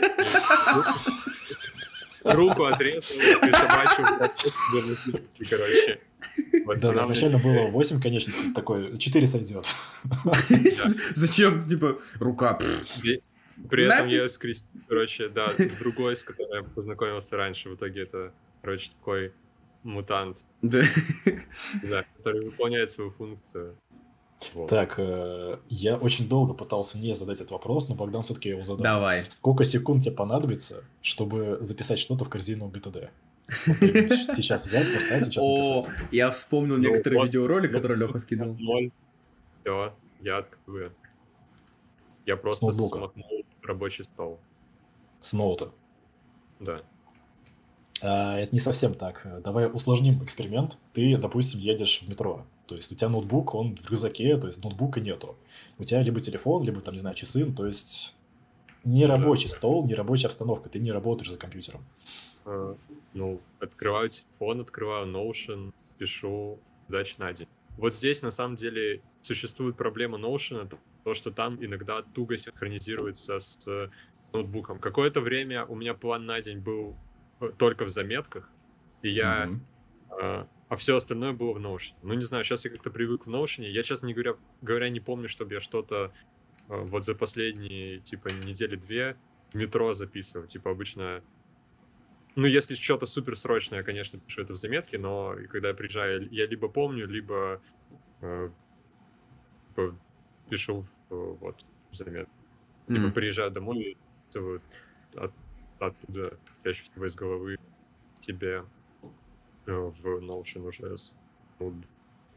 Руку отрезал, и собачью процесс диагностический, короче. Вот Да, она да, мне изначально теперь- было восемь конечностей, такое, четыре сойдет. Зачем, типа, рука? пф. При при этом Нафиг. я её скрестил, короче, да, с другой, с которой я познакомился раньше. В итоге это, короче, такой мутант, Да. да, который выполняет свою функцию. Вот. Так, э, я очень долго пытался не задать этот вопрос, но Богдан все-таки его задал. Давай. Сколько секунд тебе понадобится, чтобы записать что-то в корзину джи ти ди? Вот прямо сейчас взять, поставить и что-то О, написать. я вспомнил Ну, некоторый вот, видеоролик, ну, который Леха скидывал. Ноль. Все, я открою. Я просто ноутбука. смахнул рабочий стол. С ноута. Да. А, это не совсем так. Давай усложним эксперимент. Ты, допустим, едешь в метро. То есть у тебя ноутбук, он в рюкзаке, то есть ноутбука нету. У тебя либо телефон, либо, там, не знаю, часы, ну, то есть не Да. рабочий стол, не рабочая обстановка, ты не работаешь за компьютером. А, Ну, открываю телефон, открываю Notion, пишу «Удачи на день». Вот здесь, на самом деле, существует проблема Notion, то, что там иногда туго синхронизируется с э, ноутбуком. Какое-то время у меня план на день был э, только в заметках, и я, Мгм. э, а все остальное было в Notion. Ну, не знаю, сейчас я как-то привык в Notion. Я, честно не говоря, говоря, не помню, чтобы я что-то э, вот за последние, типа, недели-две в метро записывал. Типа, обычно ну, если что-то суперсрочное, я, конечно, пишу это в заметке, но и когда я приезжаю, я либо помню, либо э, п- пишу в, э, вот в заметке. Либо М. приезжаю домой, и это вот от- оттуда чаще всего из головы тебе э, в Notion уже с ноутбука.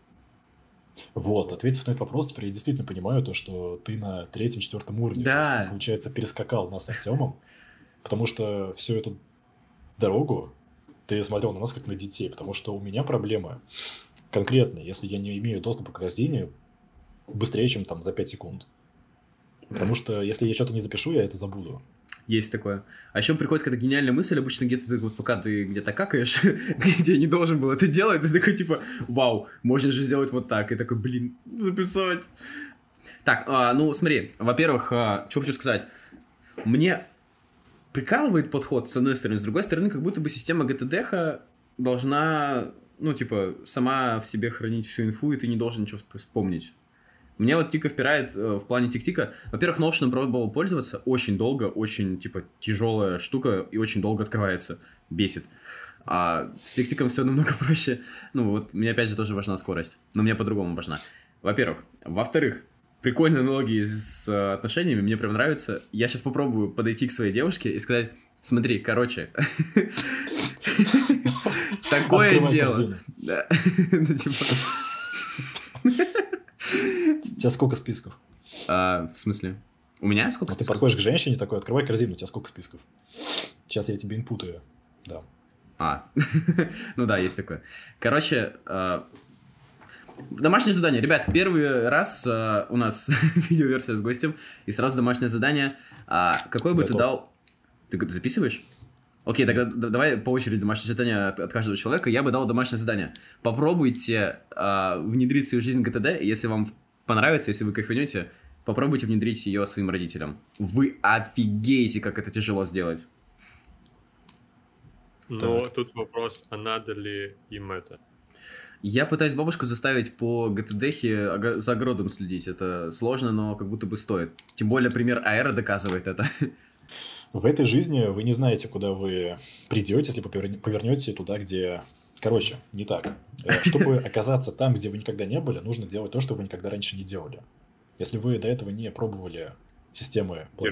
Вот, ответив на этот вопрос, теперь я действительно понимаю то, что ты на третьем-четвертом уровне. То есть ты, Да. получается, перескакал нас с Артемом, потому что всю эту дорогу ты смотрел на нас как на детей, потому что у меня проблема конкретно, если я не имею доступа к корзине быстрее, чем там за пять секунд. Потому что если я что-то не запишу, я это забуду. Есть такое. А еще приходит какая-то гениальная мысль, обычно где-то ты, вот, пока ты где-то какаешь, где не должен был это делать, ты такой типа, вау, можно же сделать вот так. И такой, блин, записать. Так, а, ну смотри, во-первых, а, что хочу сказать. Мне прикалывает подход, с одной стороны, с другой стороны, как будто бы система джи ти ди должна, ну, типа, сама в себе хранить всю инфу, и ты не должен ничего вспомнить. Мне вот тика впирает э, в плане тик-тика. Во-первых, Notion пробовал пользоваться очень долго, очень, типа, тяжелая штука и очень долго открывается. Бесит. А с тик-тиком все намного проще. Ну, вот мне опять же тоже важна скорость. Но мне по-другому важна. Во-первых. Во-вторых, прикольные аналогии с э, отношениями, мне прям нравится. Я сейчас попробую подойти к своей девушке и сказать, смотри, короче, такое Открывай дело. корзину. Да. Ну, типа... У тебя сколько списков? А, в смысле? У меня сколько Ну, ты списков? подходишь к женщине такой, открывай корзину, у тебя сколько списков? Сейчас я тебе инпутаю. Да. А, ну да, есть такое. Короче, э, домашнее задание. Ребят, первый раз э, у нас видеоверсия с гостем, и сразу домашнее задание. А, какой бы ты Готов. дал... Ты г- записываешь? Окей, тогда д- давай по очереди домашнее задание от, от каждого человека. Я бы дал домашнее задание. Попробуйте э, внедрить в свою жизнь джи ти ди, если вам понравится, если вы кайфанете, попробуйте внедрить ее своим родителям. Вы офигеете, как это тяжело сделать. Но Так. тут вопрос, а надо ли им это? Я пытаюсь бабушку заставить по джи ти ди за огородом следить. Это сложно, но как будто бы стоит. Тем более пример Аэро доказывает это. В этой жизни вы не знаете, куда вы придете, если поверн- повернете туда, где... Короче, не так. Э, Чтобы оказаться там, где вы никогда не были, нужно делать то, что вы никогда раньше не делали. Если вы до этого не пробовали системы... пла-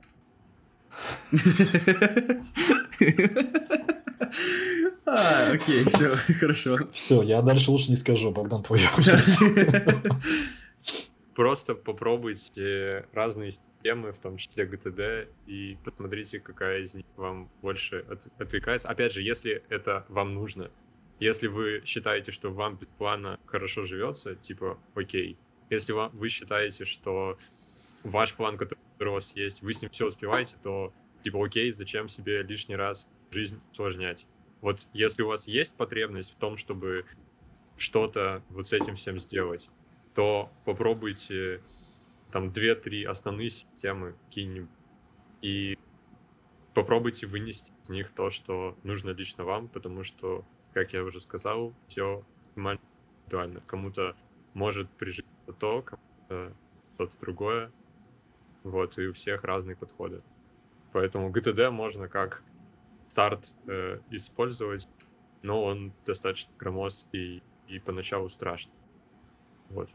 А, окей, все, хорошо. Все, я дальше лучше не скажу, Богдан, твою очередь. Просто попробуйте разные системы, в том числе джи ти ди, и посмотрите, какая из них вам больше от- отвлекается. Опять же, если это вам нужно. Если вы считаете, что вам без плана хорошо живется, типа, окей. Если вам, вы считаете, что ваш план, который у вас есть, вы с ним все успеваете, то, типа, окей, зачем себе лишний раз жизнь усложнять? Вот если у вас есть потребность в том, чтобы что-то вот с этим всем сделать, то попробуйте там две-три основные системы какие-нибудь и попробуйте вынести из них то, что нужно лично вам, потому что, как я уже сказал, все максимально индивидуально. Кому-то может прижиться то, кому-то что-то другое. Вот, и у всех разные подходы. Поэтому джи ти ди можно как старт э, использовать, но он достаточно громоздкий и поначалу страшный. Вот.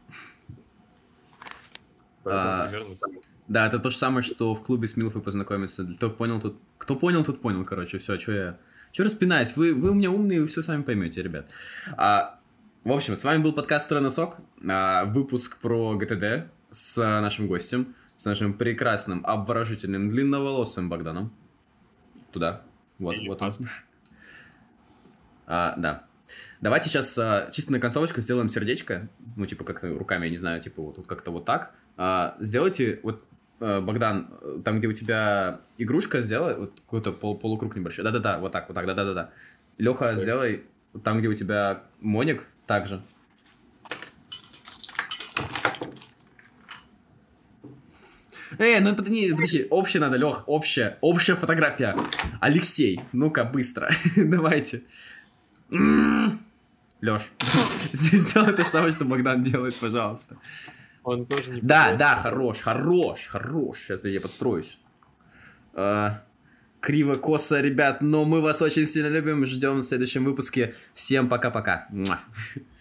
Поэтому А, примерно так. Да, это то же самое, что в клубе с Милфой познакомиться. Кто понял, тот... Кто понял, тот понял, короче. Все, что я... Че распинаюсь? Вы, вы у меня умные, вы все сами поймете, ребят. А, в общем, с вами был подкаст «Сок», а, выпуск про джи ти ди с а, нашим гостем, с нашим прекрасным, обворожительным, длинноволосым Богданом. Туда. Вот, И вот он. Аском. А, да. Давайте сейчас а, чисто на концовочку сделаем сердечко. Ну, типа, как-то руками, я не знаю, типа, вот, вот как-то вот так. А, сделайте, вот, а, Богдан, там, где у тебя игрушка, сделай вот какой-то пол полукруг небольшой. Да-да-да, вот так, вот так, да-да-да. Леха, так. Сделай там, где у тебя моник, также. Эй, ну подожди, подожди, общая надо, Лех, общая, общая фотография. Алексей, ну-ка, быстро, давайте. Леш, сделай то же самое, что Богдан делает, пожалуйста. Он тоже не Да, подойдет. Да, хорош, хорош, хорош, это я подстроюсь. А, криво, косо, ребят, но мы вас очень сильно любим, ждем в следующем выпуске. Всем пока-пока.